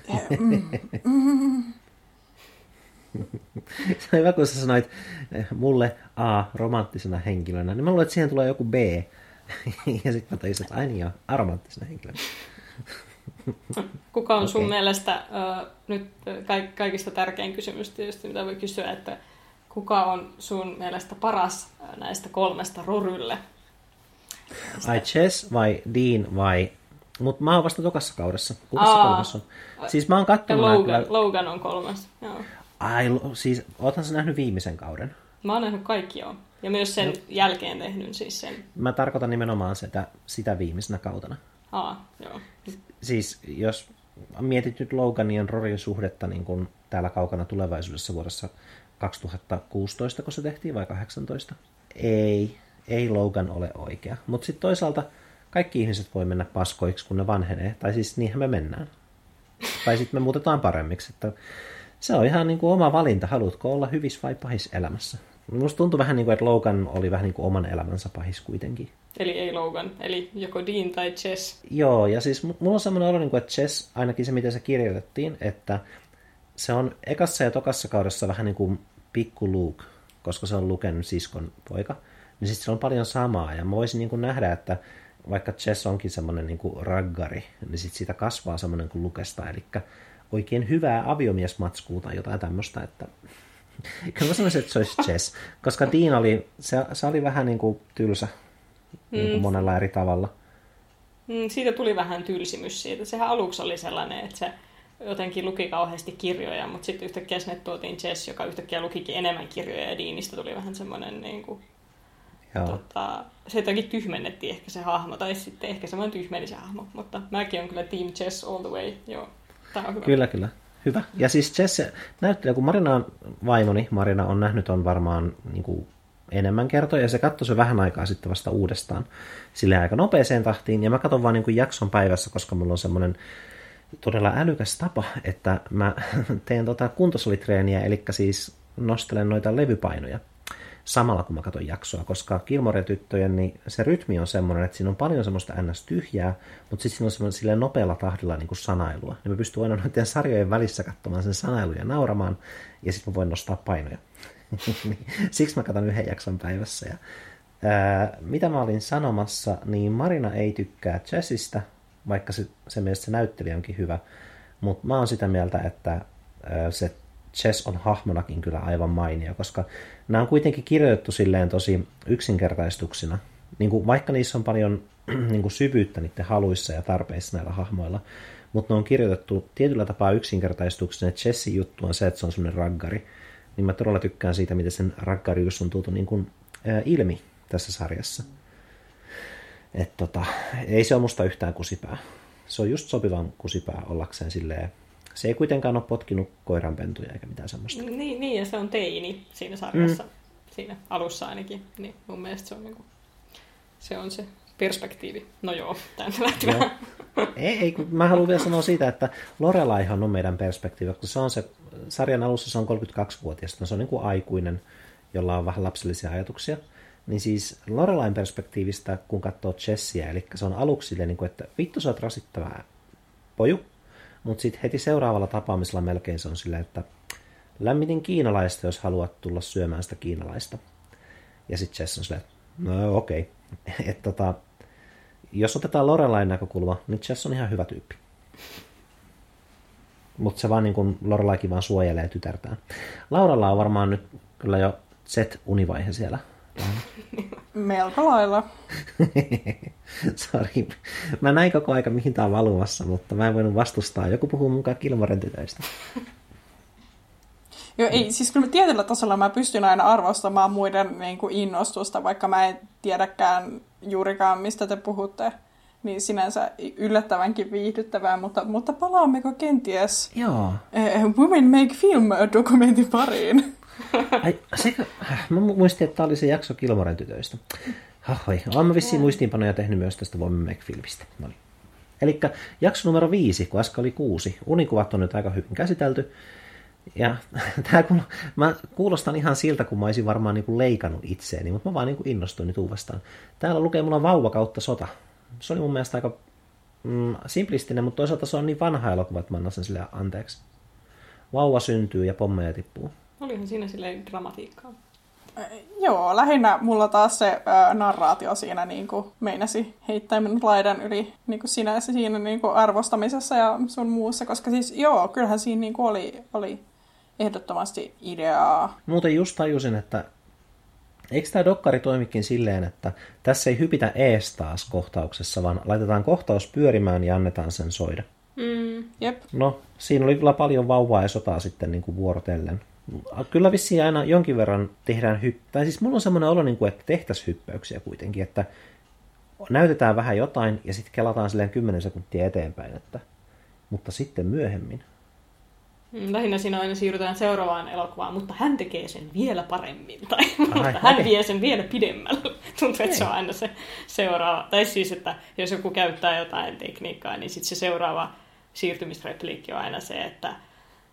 Se on hyvä, kun sä sanoit mulle A romanttisena henkilönä, niin mä luulen, että siihen tulee joku B. Ja sitten mä tajusin, että aina joo, aromanttisena henkilönä. Kuka on sun mielestä, nyt kaikista tärkein kysymys tietysti, mitä voi kysyä, että kuka on sun mielestä paras näistä 3 Rorylle? Ai Chess vai Dean vai... Mutta mä oon vasta tokassa kaudessa. Kuka se 3 on? Siis mä oon kattonut... Logan on 3. Joo. Ai, siis oothan sä nähnyt viimeisen kauden? Mä oon nähnyt kaikki, joo. Ja myös sen jälkeen tehnyt siis sen. Mä tarkoitan nimenomaan sitä viimeisenä kautena. Joo. Siis jos mietit nyt Loganin ja Roryn suhdetta niin kun täällä kaukana tulevaisuudessa vuodessa 2016, kun se tehtiin, vai 2018? Ei Logan ole oikea. Mutta sitten toisaalta kaikki ihmiset voi mennä paskoiksi, kun ne vanhenee. Tai siis niinhän me mennään. Tai sitten me muutetaan paremmiksi. Että se on ihan niin kuin oma valinta. Haluatko olla hyvissä vai pahis elämässä? Musta tuntui vähän niin kuin, että Logan oli vähän niin kuin oman elämänsä pahis kuitenkin. Eli ei Logan, eli joko Dean tai Jess. Joo, ja siis mulla on semmoinen olo, että Jess, ainakin se miten se kirjoitettiin, että se on ekassa ja tokassa kaudessa vähän niin kuin pikku Luke, koska se on Luken siskon poika. Niin sitten se on paljon samaa, ja mä voisin niin kuin nähdä, että vaikka Jess onkin semmoinen niin kuin raggari, niin sitten siitä kasvaa semmoinen kuin Lukesta, eli oikein hyvää aviomiesmatskua tai jotain tämmöistä, että kyllä mä sanoisin, että se olisi Jess, koska Dean oli, se oli vähän niin kuin tylsä niin kuin monella eri tavalla. Siitä tuli vähän tylsimys siitä. Sehän aluksi oli sellainen, että se jotenkin luki kauheasti kirjoja, mutta sitten yhtäkkiä sinne tuotiin Jess, joka yhtäkkiä lukikin enemmän kirjoja, ja Deanista tuli vähän semmoinen niin kuin, se jotenkin tyhmennettiin ehkä se hahmo, tai sitten ehkä semmoinen tyhmeni se hahmo, mutta mäkin on kyllä Team Jess all the way. Joo, tää on hyvä. Kyllä. Hyvä. Ja siis Jess näyttelijä, kun Marina on vaimoni, Marina on nähnyt on varmaan niin kuin enemmän kertoja, ja se katsoi se vähän aikaa sitten vasta uudestaan silleen aika nopeeseen tahtiin, ja mä katson vaan niin kuin jakson päivässä, koska mulla on semmoinen todella älykäs tapa, että mä teen kuntosalitreeniä, eli siis nostelen noita levypainoja samalla kun mä katson jaksoa, koska Gilmore-tyttöjen niin se rytmi on semmoinen, että siinä on paljon semmoista ns-tyhjää, mutta sitten siinä on semmoinen silleen nopealla tahdilla niin kuin sanailua. Niin mä pystyn aina noiden sarjojen välissä katsomaan sen sanailuja ja nauramaan, ja sitten mä voin nostaa painoja. Siksi mä katson yhden jakson päivässä. Ja, mitä mä olin sanomassa, niin Marina ei tykkää Jessistä, vaikka se mielestä se näyttelijä onkin hyvä, mutta mä oon sitä mieltä, että se Jess on hahmonakin kyllä aivan mainio, koska nämä on kuitenkin kirjoitettu silleen tosi yksinkertaistuksina. Niin kuin, vaikka niissä on paljon niin kuin syvyyttä niiden haluissa ja tarpeissa näillä hahmoilla, mutta ne on kirjoitettu tietyllä tapaa yksinkertaistuksina, että Jessin juttu on se, että se on semmoinen raggari. Niin mä todella tykkään siitä, miten sen raggarius on tuotu niin kuin, ilmi tässä sarjassa. Ei se ole musta yhtään kusipää. Se on just sopivan kusipää ollakseen silleen. Se ei kuitenkaan ole potkinut koiranpentuja eikä mitään semmoista. Niin, ja se on teini siinä sarjassa, siinä alussa ainakin. Niin mun mielestä se on, niin kuin, se on se perspektiivi. No joo, tänne lähti vähän. Ei, kun mä haluan vielä sanoa siitä, että Lorelaihan on meidän perspektiivi, koska se on se, sarjan alussa se on 32-vuotias, se on niin kuin aikuinen, jolla on vähän lapsellisia ajatuksia. Niin siis Lorelain perspektiivistä, kun katsoo Jessiä, eli se on aluksi silleen, niin kuin, että vittu sä oot rasittava poju, mutta sitten heti seuraavalla tapaamisella melkein se on silleen, että lämmitin kiinalaista, jos haluat tulla syömään sitä kiinalaista. Ja sitten Jess on silleen, no okei. Jos otetaan Lorelain näkökulma, niin Jess on ihan hyvä tyyppi. Mutta se vaan niin kuin Lorelaikin vaan suojelee tytärtään. Lauralla on varmaan nyt kyllä jo Z-univaihe siellä. Melko lailla. Sori. Mä näin koko aika, mihin tää on valumassa, mutta mä en voinut vastustaa. Joku puhuu mukaan Gilmoren tytöistä. Joo, ei, siis kyllä tietyllä tasolla mä pystyn aina arvostamaan muiden niin kuin innostusta, vaikka mä en tiedäkään juurikaan, mistä te puhutte. Niin sinänsä yllättävänkin viihdyttävää, mutta palaammeko kenties Women Make Film-dokumentin pariin? Mä muistin, että tämä oli se jakso Gilmoren tytöistä. Olen mä vissiin muistiinpanoja tehnyt myös tästä Women Make Filmistä. Eli jakso numero 5, kun äsken oli 6. Unikuvat on nyt aika hyvin käsitelty. Ja mä kuulostan ihan siltä, kun mä olisin varmaan niin kuin leikannut itseäni, mutta mä vaan niin kuin innostuin nyt uudestaan. Täällä lukee mulla vauva kautta sota. Se oli mun mielestä aika simplistinen, mutta toisaalta se on niin vanha elokuva, että mä annan sen silleen anteeksi. Vauva syntyy ja pommeja tippuu. Olihan siinä silleen dramatiikkaa. Joo, lähinnä mulla taas se narraatio siinä niin kuin meinasi heittää minut laidan yli niin kuin sinänsä siinä niin kuin arvostamisessa ja sun muussa, koska siis joo, kyllähän siinä niin kuin oli ehdottomasti ideaa. Muuten just tajusin, että eikö tämä dokkari toimikin silleen, että tässä ei hypitä ees taas kohtauksessa, vaan laitetaan kohtaus pyörimään ja annetaan sen soida. Jep. No, siinä oli kyllä paljon vauvaa ja sotaa sitten niin kuin vuorotellen. Kyllä vissiin aina jonkin verran tehdään tai siis mulla on semmoinen olo, että tehtäisiin hyppäyksiä kuitenkin, että näytetään vähän jotain ja sitten kelataan silleen 10 sekuntia eteenpäin, mutta sitten myöhemmin. Lähinnä siinä aina siirrytään seuraavaan elokuvaan, mutta hän tekee sen vielä paremmin, tai hän vie sen vielä pidemmälle. Tuntuu, että se on aina se seuraava, tai siis, että jos joku käyttää jotain tekniikkaa, niin sitten se seuraava siirtymisrepliikki on aina se, että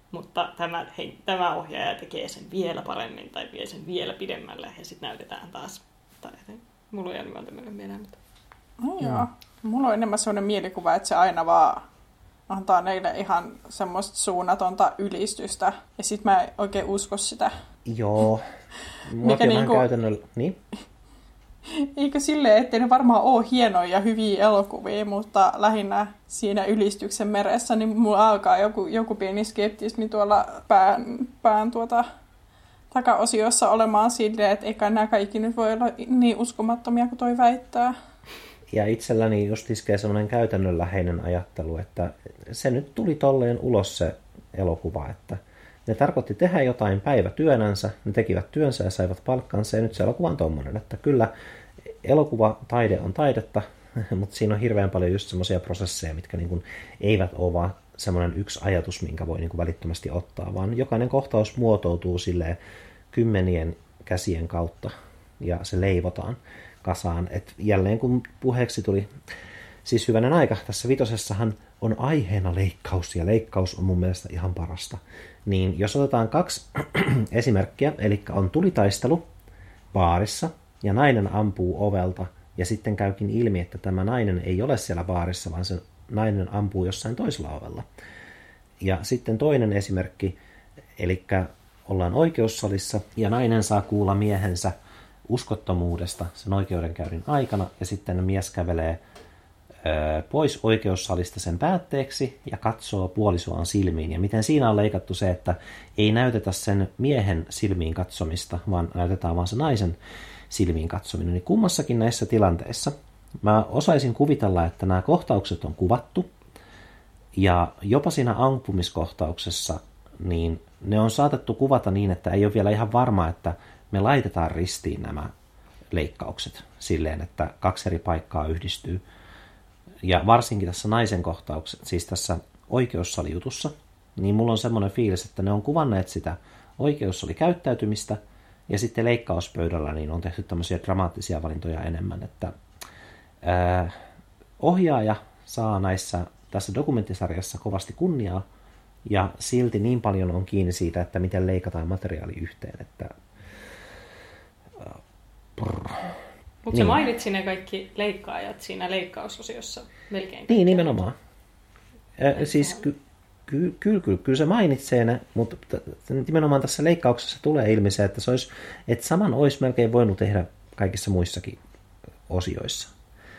mutta tämä ohjaaja tekee sen vielä paremmin tai vie sen vielä pidemmälle ja sitten näytetään taas. Mulla on ihan tämmöinen mieleen. No joo. Mulla on enemmän sellainen mielikuva, että se aina vaan antaa neille ihan semmoista suunnatonta ylistystä. Ja sit mä en oikein usko sitä. Joo. Mikä niinku... käytännöllä... Niin? Eikö silleen, ettei ne varmaan ole hienoja ja hyviä elokuvia, mutta lähinnä siinä ylistyksen meressä, niin mulla alkaa joku pieni skeptismi tuolla pään takaosiossa olemaan silleen, että eikä nämä kaikki nyt voi olla niin uskomattomia kuin toi väittää. Ja itselläni just iskee semmoinen käytännönläheinen ajattelu, että se nyt tuli tolleen ulos se elokuva, että ne tarkoitti tehdä jotain päivätyönänsä, ne tekivät työnsä ja saivat palkkansa ja nyt se elokuva on tommoinen, että kyllä elokuvataide on taidetta, mutta siinä on hirveän paljon just semmoisia prosesseja, mitkä niin kuin eivät ole vaan semmoinen yksi ajatus, minkä voi niin kuin välittömästi ottaa, vaan jokainen kohtaus muotoutuu silleen kymmenien käsien kautta ja se leivotaan kasaan. Et jälleen kun puheeksi tuli, siis hyvänen aika, tässä vitosessahan on aiheena leikkaus ja leikkaus on mun mielestä ihan parasta. Niin jos otetaan 2 esimerkkiä, eli on tulitaistelu baarissa ja nainen ampuu ovelta ja sitten käykin ilmi, että tämä nainen ei ole siellä baarissa, vaan se nainen ampuu jossain toisella ovella. Ja sitten toinen esimerkki, eli ollaan oikeussalissa ja nainen saa kuulla miehensä uskottomuudesta sen oikeudenkäynnin aikana ja sitten mies kävelee pois oikeussalista sen päätteeksi ja katsoo puolisoaan silmiin. Ja miten siinä on leikattu se, että ei näytetä sen miehen silmiin katsomista, vaan näytetään vaan se naisen silmiin katsominen. Niin kummassakin näissä tilanteissa mä osaisin kuvitella, että nämä kohtaukset on kuvattu ja jopa siinä ampumiskohtauksessa niin ne on saatettu kuvata niin, että ei ole vielä ihan varma, että me laitetaan ristiin nämä leikkaukset silleen, että 2 eri paikkaa yhdistyy. Ja varsinkin tässä naisen kohtauksessa, siis tässä oikeussalijutussa, niin mulla on semmoinen fiilis, että ne on kuvanneet sitä oikeussalikäyttäytymistä ja sitten leikkauspöydällä niin on tehty tämmöisiä dramaattisia valintoja enemmän, että ohjaaja saa tässä dokumenttisarjassa kovasti kunniaa ja silti niin paljon on kiinni siitä, että miten leikataan materiaali yhteen, että mutta se mainitsi ne kaikki leikkaajat siinä leikkausosiossa melkein. Niin, nimenomaan. Siis kyllä se mainitsee ne, mutta nimenomaan tässä leikkauksessa tulee ilmi se, että saman olisi melkein voinut tehdä kaikissa muissakin osioissa.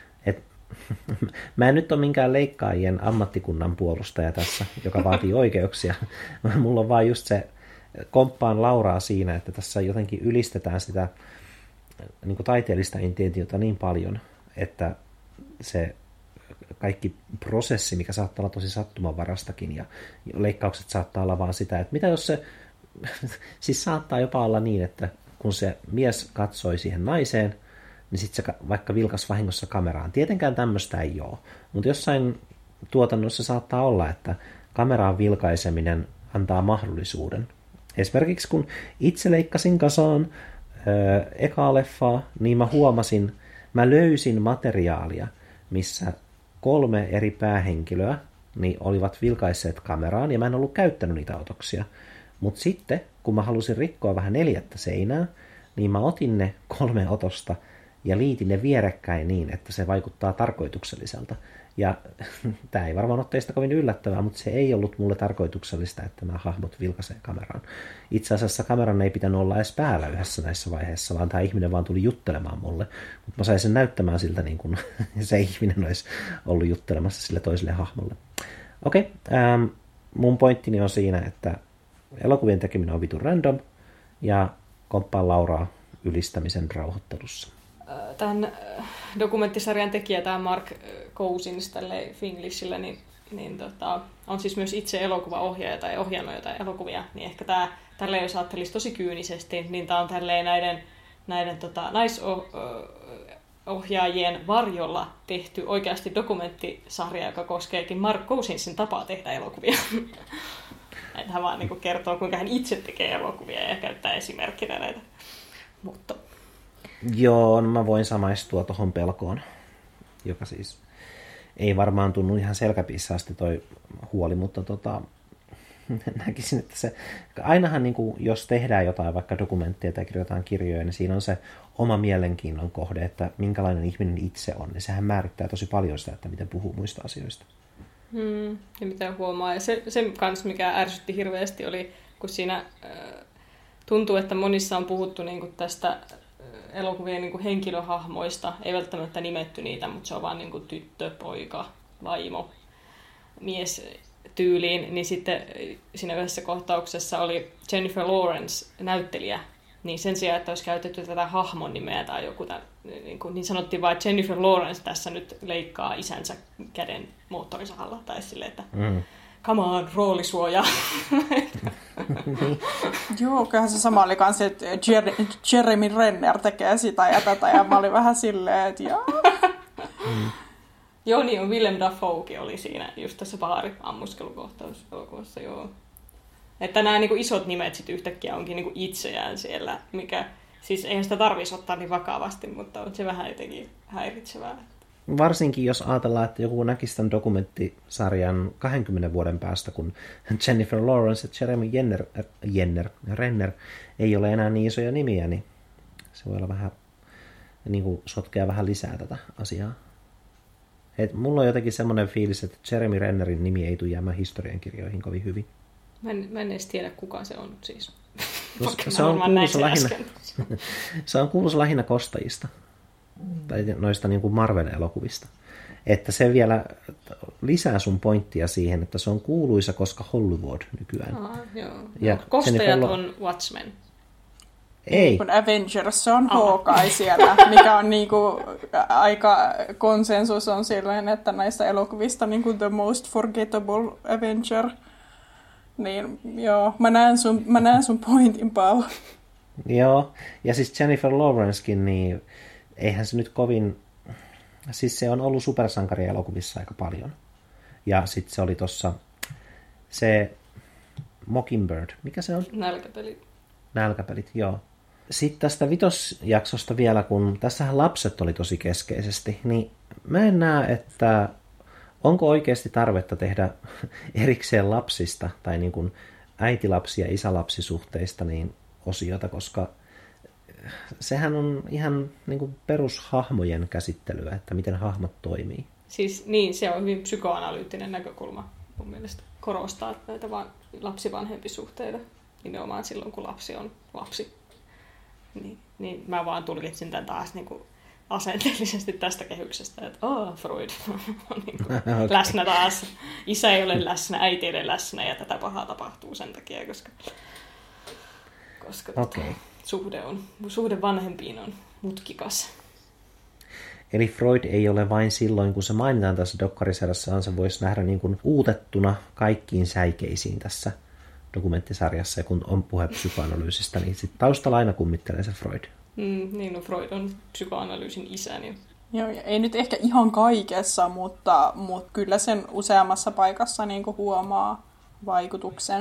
Mä en nyt ole minkään leikkaajien ammattikunnan puolustaja tässä, joka vaatii oikeuksia. Mulla on vaan just se komppaan Lauraa siinä, että tässä jotenkin ylistetään sitä niin kuin taiteellista intentiota niin paljon, että se kaikki prosessi, mikä saattaa olla tosi sattumanvarastakin ja leikkaukset saattaa olla vaan sitä, että mitä jos se, siis saattaa jopa olla niin, että kun se mies katsoi siihen naiseen, niin sitten se vaikka vilkas vahingossa kameraan. Tietenkään tämmöistä ei ole, mutta jossain tuotannossa saattaa olla, että kameraan vilkaiseminen antaa mahdollisuuden. Esimerkiksi kun itse leikkasin kasaan ekaa leffaa, niin mä löysin materiaalia, missä 3 eri päähenkilöä niin olivat vilkaisseet kameraan, ja mä en ollut käyttänyt niitä otoksia. Mutta sitten, kun mä halusin rikkoa vähän 4. seinää, niin mä otin ne 3 otosta ja liitin ne vierekkäin niin, että se vaikuttaa tarkoitukselliselta. Ja tämä ei varmaan ole teistä kovin yllättävää, mutta se ei ollut mulle tarkoituksellista, että nämä hahmot vilkaisee kameraan. Itse asiassa kameran ei pitänyt olla edes päällä yhdessä näissä vaiheissa, vaan tämä ihminen vaan tuli juttelemaan mulle. Mutta mä sain sen näyttämään siltä, niin kuin se ihminen olisi ollut juttelemassa sille toiselle hahmolle. Okei, mun pointtini on siinä, että elokuvien tekeminen on vitun random, ja komppaan Lauraa ylistämisen rauhoittelussa. Tämän dokumenttisarjan tekijä, tämä Mark Cousins tälle Finglishillä, on siis myös itse elokuvaohjaaja tai ohjannut jotain elokuvia, niin ehkä tälleen, jos ajattelisi tosi kyynisesti, niin tämä on tälleen näiden naisohjaajien varjolla tehty oikeasti dokumenttisarja, joka koskeekin Mark Cousinsin tapaa tehdä elokuvia. Että hän vaan niin kertoo, kuinka hän itse tekee elokuvia ja käyttää esimerkkinä näitä. Mutta joo, no mä voin samaistua tuohon pelkoon, joka siis ei varmaan tunnu ihan selkäpiissaasti toi huoli, mutta näkisin, että se, ainahan niin kuin, jos tehdään jotain, vaikka dokumenttia tai kirjoitetaan kirjoja, niin siinä on se oma mielenkiinnon kohde, että minkälainen ihminen itse on. Ja sehän määrittää tosi paljon sitä, että miten puhuu muista asioista. Ja mitä huomaa. Ja se kanssa, mikä ärsytti hirveästi, oli, kun siinä tuntuu, että monissa on puhuttu niin kuin tästä elokuvien niin kuin henkilöhahmoista. Ei välttämättä nimetty niitä, mutta se on vaan niin kuin tyttö, poika, vaimo, mies tyyliin. Niin sitten siinä yhdessä kohtauksessa oli Jennifer Lawrence näyttelijä. Niin sen sijaan, että olisi käytetty tätä hahmon nimeä tai joku, niin sanottiin vain, että Jennifer Lawrence tässä nyt leikkaa isänsä käden moottorisahalla. Tai silleen, että come on, roolisuoja. Joo, kyllähän se sama oli kanssa, että Jeremy Renner tekee sitä ja tätä. Ja mä olin vähän silleen, että joo. Joo, niin on. Willem Dafoekin oli siinä just tässä baari-ammuskelukohtaus elokuvassa, joo. Että nämä niin kuin isot nimet sitten yhtäkkiä onkin niin kuin itseään siellä, mikä siis eihän sitä tarvitsisi ottaa niin vakavasti, mutta on se vähän jotenkin häiritsevää. Varsinkin jos ajatellaan, että joku näkisi tämän dokumenttisarjan 20 vuoden päästä, kun Jennifer Lawrence ja Jeremy Renner ei ole enää niin isoja nimiä, niin se voi olla vähän niin kuin sotkea vähän lisää tätä asiaa. Et mulla on jotenkin semmoinen fiilis, että Jeremy Rennerin nimi ei tule jäämään historiankirjoihin kovin hyvin. Mä en edes tiedä, kuka se on siis. Se on kuuluisa lähinnä kostajista. Tai noista niin kuin Marvel-elokuvista. Että se vielä lisää sun pointtia siihen, että se on kuuluisa, koska Hollywood nykyään. Joo. Ja kostajat on Watchmen. Ei. Kun Avengers, se on Hawkeye siellä, mikä on niinku aika konsensus on silleen, että näistä elokuvista niinku the most forgettable Avenger. Niin joo, mä näen sun pointin, Pau. Joo, ja siis Jennifer Lawrencekin, niin eihän se nyt kovin, siis se on ollut supersankarielokuvissa aika paljon. Ja sitten se oli tossa se Mockingbird, mikä se on? Nälkäpelit, joo. Sitten tästä vitosjaksosta vielä, kun tässähän lapset oli tosi keskeisesti, niin mä en näe, että onko oikeasti tarvetta tehdä erikseen lapsista tai niin kuin äitilapsi- ja isälapsisuhteista niin osiota, koska sehän on ihan niin kuin perushahmojen käsittelyä, että miten hahmot toimii. Siis niin, se on hyvin psykoanalyyttinen näkökulma mun mielestä korostaa näitä lapsi-vanhempisuhteita nimenomaan silloin, kun lapsi on lapsi. Niin mä vaan tulkitsin tämän taas niin kuin asenteellisesti tästä kehyksestä, että Freud on niin kuin läsnä taas. Isä ei ole läsnä, äiti ei ole läsnä ja tätä pahaa tapahtuu sen takia, koska okay. Suhde vanhempiin on mutkikas. Eli Freud ei ole vain silloin, kun se mainitaan tässä dokkarisarjassa, se voisi nähdä niin kuin uutettuna kaikkiin säikeisiin tässä dokumenttisarjassa, ja kun on puhe psykoanalyysistä, niin sitten taustalla aina kummittelee se Freud. Niin, no Freud on psykoanalyysin isä. Niin. Joo, ja ei nyt ehkä ihan kaikessa, mutta kyllä sen useammassa paikassa niin kuin huomaa vaikutuksen.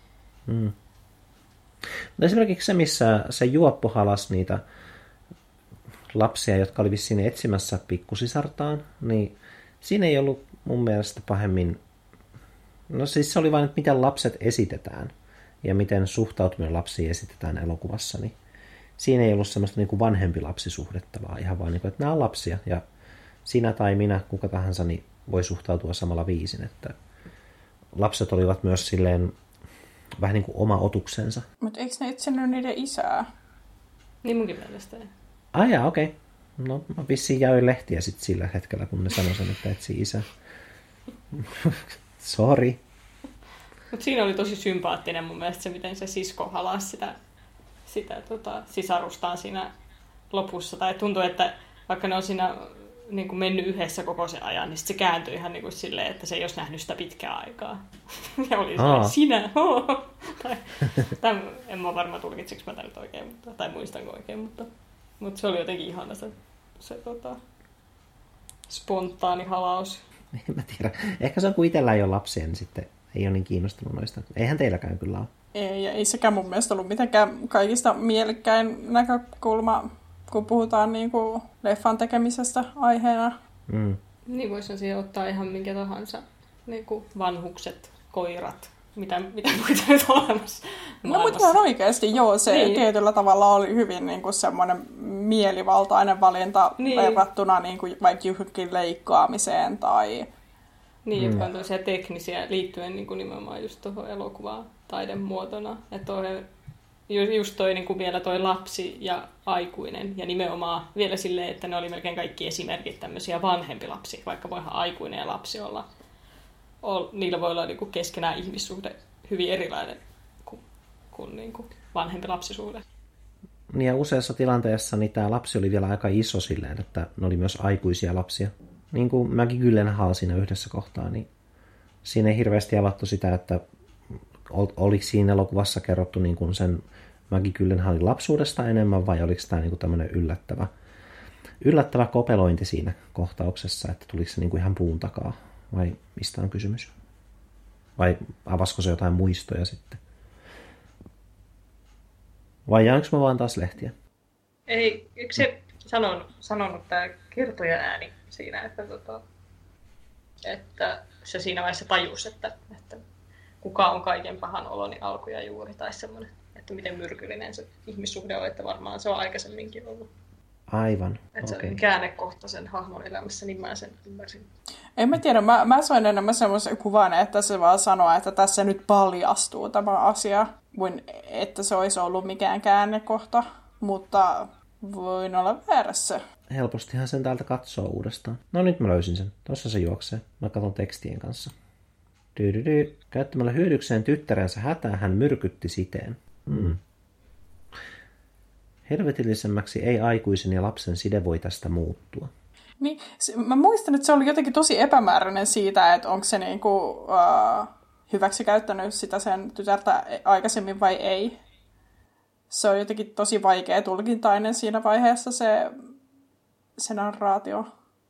Esimerkiksi se, missä se juoppo halasi niitä lapsia, jotka oli vissiin etsimässä pikkusisartaan, niin siinä ei ollut mun mielestä pahemmin. No siis se oli vain, että miten lapset esitetään ja miten suhtautuminen lapsiin esitetään elokuvassa, niin siinä ei ollut semmoista niin kuin vanhempi lapsisuhdetta, vaan ihan vaan, niin kuin, että nämä on lapsia ja sinä tai minä, kuka tahansa, niin voi suhtautua samalla viisin, että lapset olivat myös silleen vähän niin kuin oma otuksensa. Mutta eikö ne etsinyt niiden isää? Niin munkin mielestä ei. Okei. Okay. No mä vissiin jaoin lehtiä sitten sillä hetkellä, kun ne sanoi sen, että etsii isä. Sorry. Mutta siinä oli tosi sympaattinen mun mielestä se, miten se sisko halasi sitä sisarustaan siinä lopussa. Tai tuntui, että vaikka ne on siinä niin kuin mennyt yhdessä koko sen ajan, niin se kääntyi ihan niin kuin silleen, että se ei olisi nähnyt sitä pitkää aikaa. Ja oli silleen, sinä, tai en mä varmaan tulkitsinko mä tämän nyt oikein, tai muistanko oikein, mutta se oli jotenkin ihana se spontaani halaus. En mä tiedä. Ehkä se on, kun itsellä ei ole lapsia, niin sitten ei ole niin kiinnostunut noista. Eihän teilläkään kyllä ole. Ei sekään mun mielestä ollut mitenkään kaikista mielekkäin näkökulma, kun puhutaan niin kuin leffan tekemisestä aiheena. Niin voisi siihen ottaa ihan minkä tahansa niin kuin vanhukset, koirat, mitä muita nyt olemassa. No mutta ihan oikeasti joo, se niin. Tietyllä tavalla oli hyvin niin kuin semmoinen mielivaltainen valinta verrattuna niin kuin vaikka johonkin leikkaamiseen tai... Niin, jotka on toisia teknisiä liittyen niin kuin nimenomaan just tuohon elokuvaan taidemuotona. Että just toi niin kuin vielä toi lapsi ja aikuinen ja nimenomaan vielä silleen, että ne oli melkein kaikki esimerkit tämmöisiä vanhempi lapsi, vaikka voihan aikuinen ja lapsi olla. Niillä voi olla niin kuin keskenään ihmissuhde hyvin erilainen kuin vanhempi lapsisuhde. Niin ja useassa tilanteessa niin tämä lapsi oli vielä aika iso silleen, että ne oli myös aikuisia lapsia. Niin kuin Maggie Gyllenhaal siinä yhdessä kohtaa, niin siinä ei hirveästi avattu sitä, että oliko siinä elokuvassa kerrottu niin kuin sen Maggie Gyllenhaalin lapsuudesta enemmän vai oliko tämä niin kuin tämmöinen yllättävä kopelointi siinä kohtauksessa, että tuliko se niin kuin ihan puun takaa vai mistä on kysymys? Vai avasko se jotain muistoja sitten? Vai jaanko mä vaan taas lehtiä? Ei, eikö se sanonut tämä kertoja ääni siinä, että se siinä vaiheessa tajusi, että kuka on kaiken pahan oloni alku ja juuri, tai semmoinen, että miten myrkyllinen se ihmissuhde on, että varmaan se on aikaisemminkin ollut. Aivan, että se on käännekohta sen hahmon elämässä, niin mä sen ymmärsin. En mä tiedä, mä sain enemmän semmoisen kuvan, että se vaan sanoo, että tässä nyt paljastuu tämä asia, kuin että se olisi ollut mikään käännekohta, mutta voin olla väärässä. Helpostihan sen täältä katsoo uudestaan. No nyt mä löysin sen. Tuossa se juoksee. Mä katson tekstien kanssa. Käyttämällä hyödykseen tyttärensä hätää hän myrkytti siteen. Helvetillisemmäksi ei aikuisen ja lapsen side voi tästä muuttua. Niin, mä muistan, että se oli jotenkin tosi epämääräinen siitä, että onko se niinku, hyväksi käyttänyt sitä sen tytärtä aikaisemmin vai ei. Se on jotenkin tosi vaikea tulkintainen siinä vaiheessa se narraatio.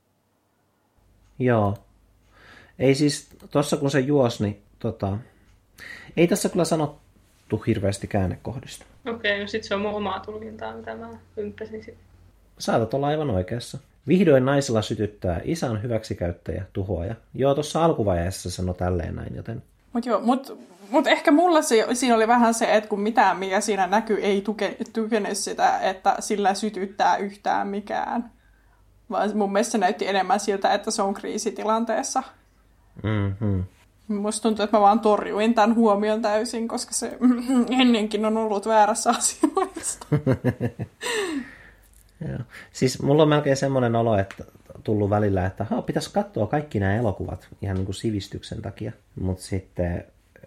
Joo. Ei siis, tuossa kun se juosi, niin ei tässä kyllä sanottu hirveästi käännekohdista. Okei, no sit se on mun omaa tulkintaa, mitä mä ympäsin sitten. Saatat olla aivan oikeassa. Vihdoin naisella sytyttää, isä on hyväksikäyttäjä, tuhoaja. Joo, tuossa alkuvaiheessa sanoi tälleen näin, joten... Mutta ehkä mulla siinä oli vähän se, että kun mitään, mikä siinä näkyy, ei tukenut sitä, että sillä sytyttää yhtään mikään. Vaan mun mielestä se näytti enemmän siltä, että se on kriisitilanteessa. Mm-hmm. Musta tuntuu, että mä vaan torjuin tämän huomion täysin, koska se ennenkin on ollut väärässä asioista. Joo. Siis mulla on melkein semmoinen olo, että tullut välillä, että pitäisi katsoa kaikki nämä elokuvat ihan niin kuin sivistyksen takia. Mutta sitten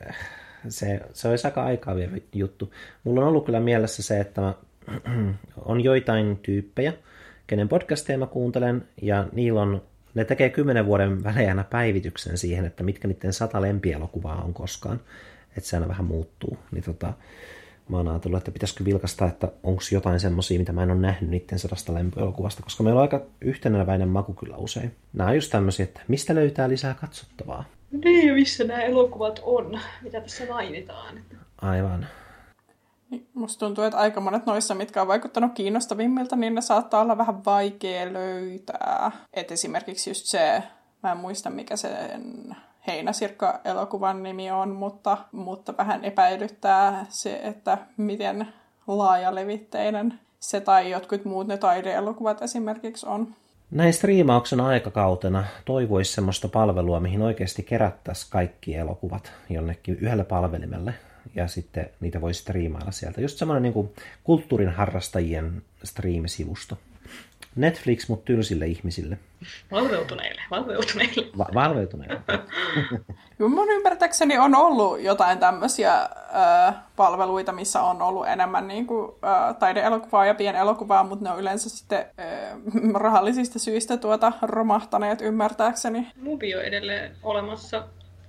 se olisi aika aikaa vielä juttu. Mulla on ollut kyllä mielessä se, että on joitain tyyppejä, kenen podcasteja mä kuuntelen, ja ne tekee 10 vuoden välein aina päivityksen siihen, että mitkä niiden 100 lempielokuvaa on koskaan. Että se aina vähän muuttuu. Niin mä oon ajatellut, että pitäisikö vilkaista, että onko jotain semmosia, mitä mä en ole nähnyt niiden 100 lempielokuvasta, koska meillä on aika yhteneväinen maku kyllä usein. Nämä on just tämmöisiä, että mistä löytää lisää katsottavaa. Niin, ja missä nämä elokuvat on, mitä tässä mainitaan. Aivan. Musta tuntuu, että aika monet noissa, mitkä on vaikuttanut kiinnostavimmilta, niin ne saattaa olla vähän vaikea löytää. Et esimerkiksi just se, mä en muista mikä sen Heinäsirkka-elokuvan nimi on, mutta vähän epäilyttää se, että miten laajalevitteinen se tai jotkut muut ne taideelokuvat esimerkiksi on. Näin striimauksen aikakautena toivoisi semmoista palvelua, mihin oikeasti kerättäisiin kaikki elokuvat jonnekin yhdelle palvelimelle. Ja sitten niitä voi striimailla sieltä. Just semmoinen niin kuin kulttuurin harrastajien striimisivusto. Netflix, mutta tylsille ihmisille. Valveutuneille. Valveutuneille. Mun ymmärtääkseni on ollut jotain tämmöisiä palveluita, missä on ollut enemmän niin kuin, taideelokuvaa ja pienelokuvaa, mutta ne on yleensä sitten rahallisista syistä romahtaneet ymmärtääkseni. Mubi on edelleen olemassa.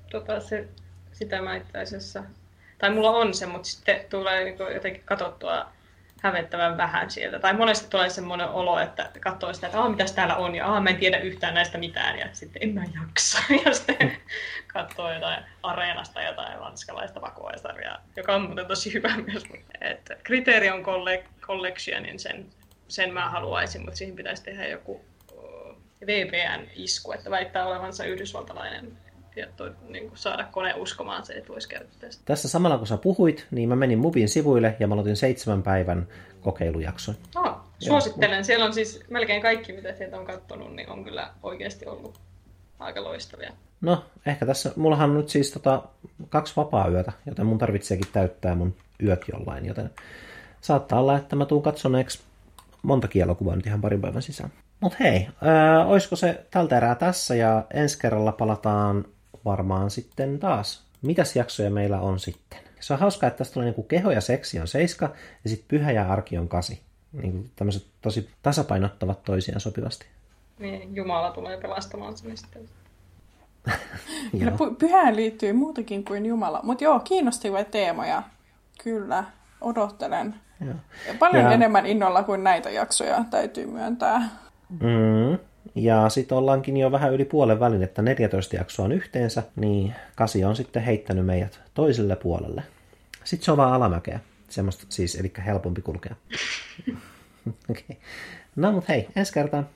Sitä mä itse asiassa... Tai mulla on se, mutta sitten tulee niin jotenkin katsottua hävettävän vähän sieltä. Tai monesti tulee semmoinen olo, että katsoo sitä, että mitäs täällä on, ja mä en tiedä yhtään näistä mitään, ja sitten en mä jaksa. Ja sitten katsoo jotain Areenasta, jotain ranskalaista vakuaisarjaa, joka on muuten tosi hyvä myös. Että Criterion Collectionin sen mä haluaisin, mutta siihen pitäisi tehdä joku VPN-isku, että väittää olevansa yhdysvaltalainen niin kuin saada kone uskomaan se, että voisi käyttää sitä. Tässä samalla kun sä puhuit, niin mä menin Mubin sivuille ja mä aloitin 7 päivän kokeilujakson. Suosittelen. Siellä on siis melkein kaikki, mitä sieltä on katsonut, niin on kyllä oikeasti ollut aika loistavia. No, ehkä tässä, mullahan on nyt siis 2 vapaa-yötä, joten mun tarvitseekin täyttää mun yöt jollain, joten saattaa olla, että mä tuun katsoneeksi montakin elokuvaa nyt ihan parin päivän sisään. Mut hei, olisiko se tältä erää tässä ja ensi kerralla palataan varmaan sitten taas. Mitäs jaksoja meillä on sitten? Se on hauskaa, että tästä tulee niinku keho ja seksi on 7 ja sitten pyhä ja arki on 8. Niinku tämmöiset tosi tasapainottavat toisiaan sopivasti. Niin, Jumala tulee pelastamaan sen sitten. Kyllä pyhään liittyy muutakin kuin Jumala. Mutta joo, kiinnostavia teemoja. Kyllä, odottelen. Joo. Ja paljon enemmän innolla kuin näitä jaksoja, täytyy myöntää. Ja sitten ollaankin jo vähän yli puolen välin, että 14 jaksoa on yhteensä, niin 8 on sitten heittänyt meidät toiselle puolelle. Sitten se on vaan alamäkeä, semmoista siis, eli helpompi kulkea. Okay. No mut hei, ensi kertaan.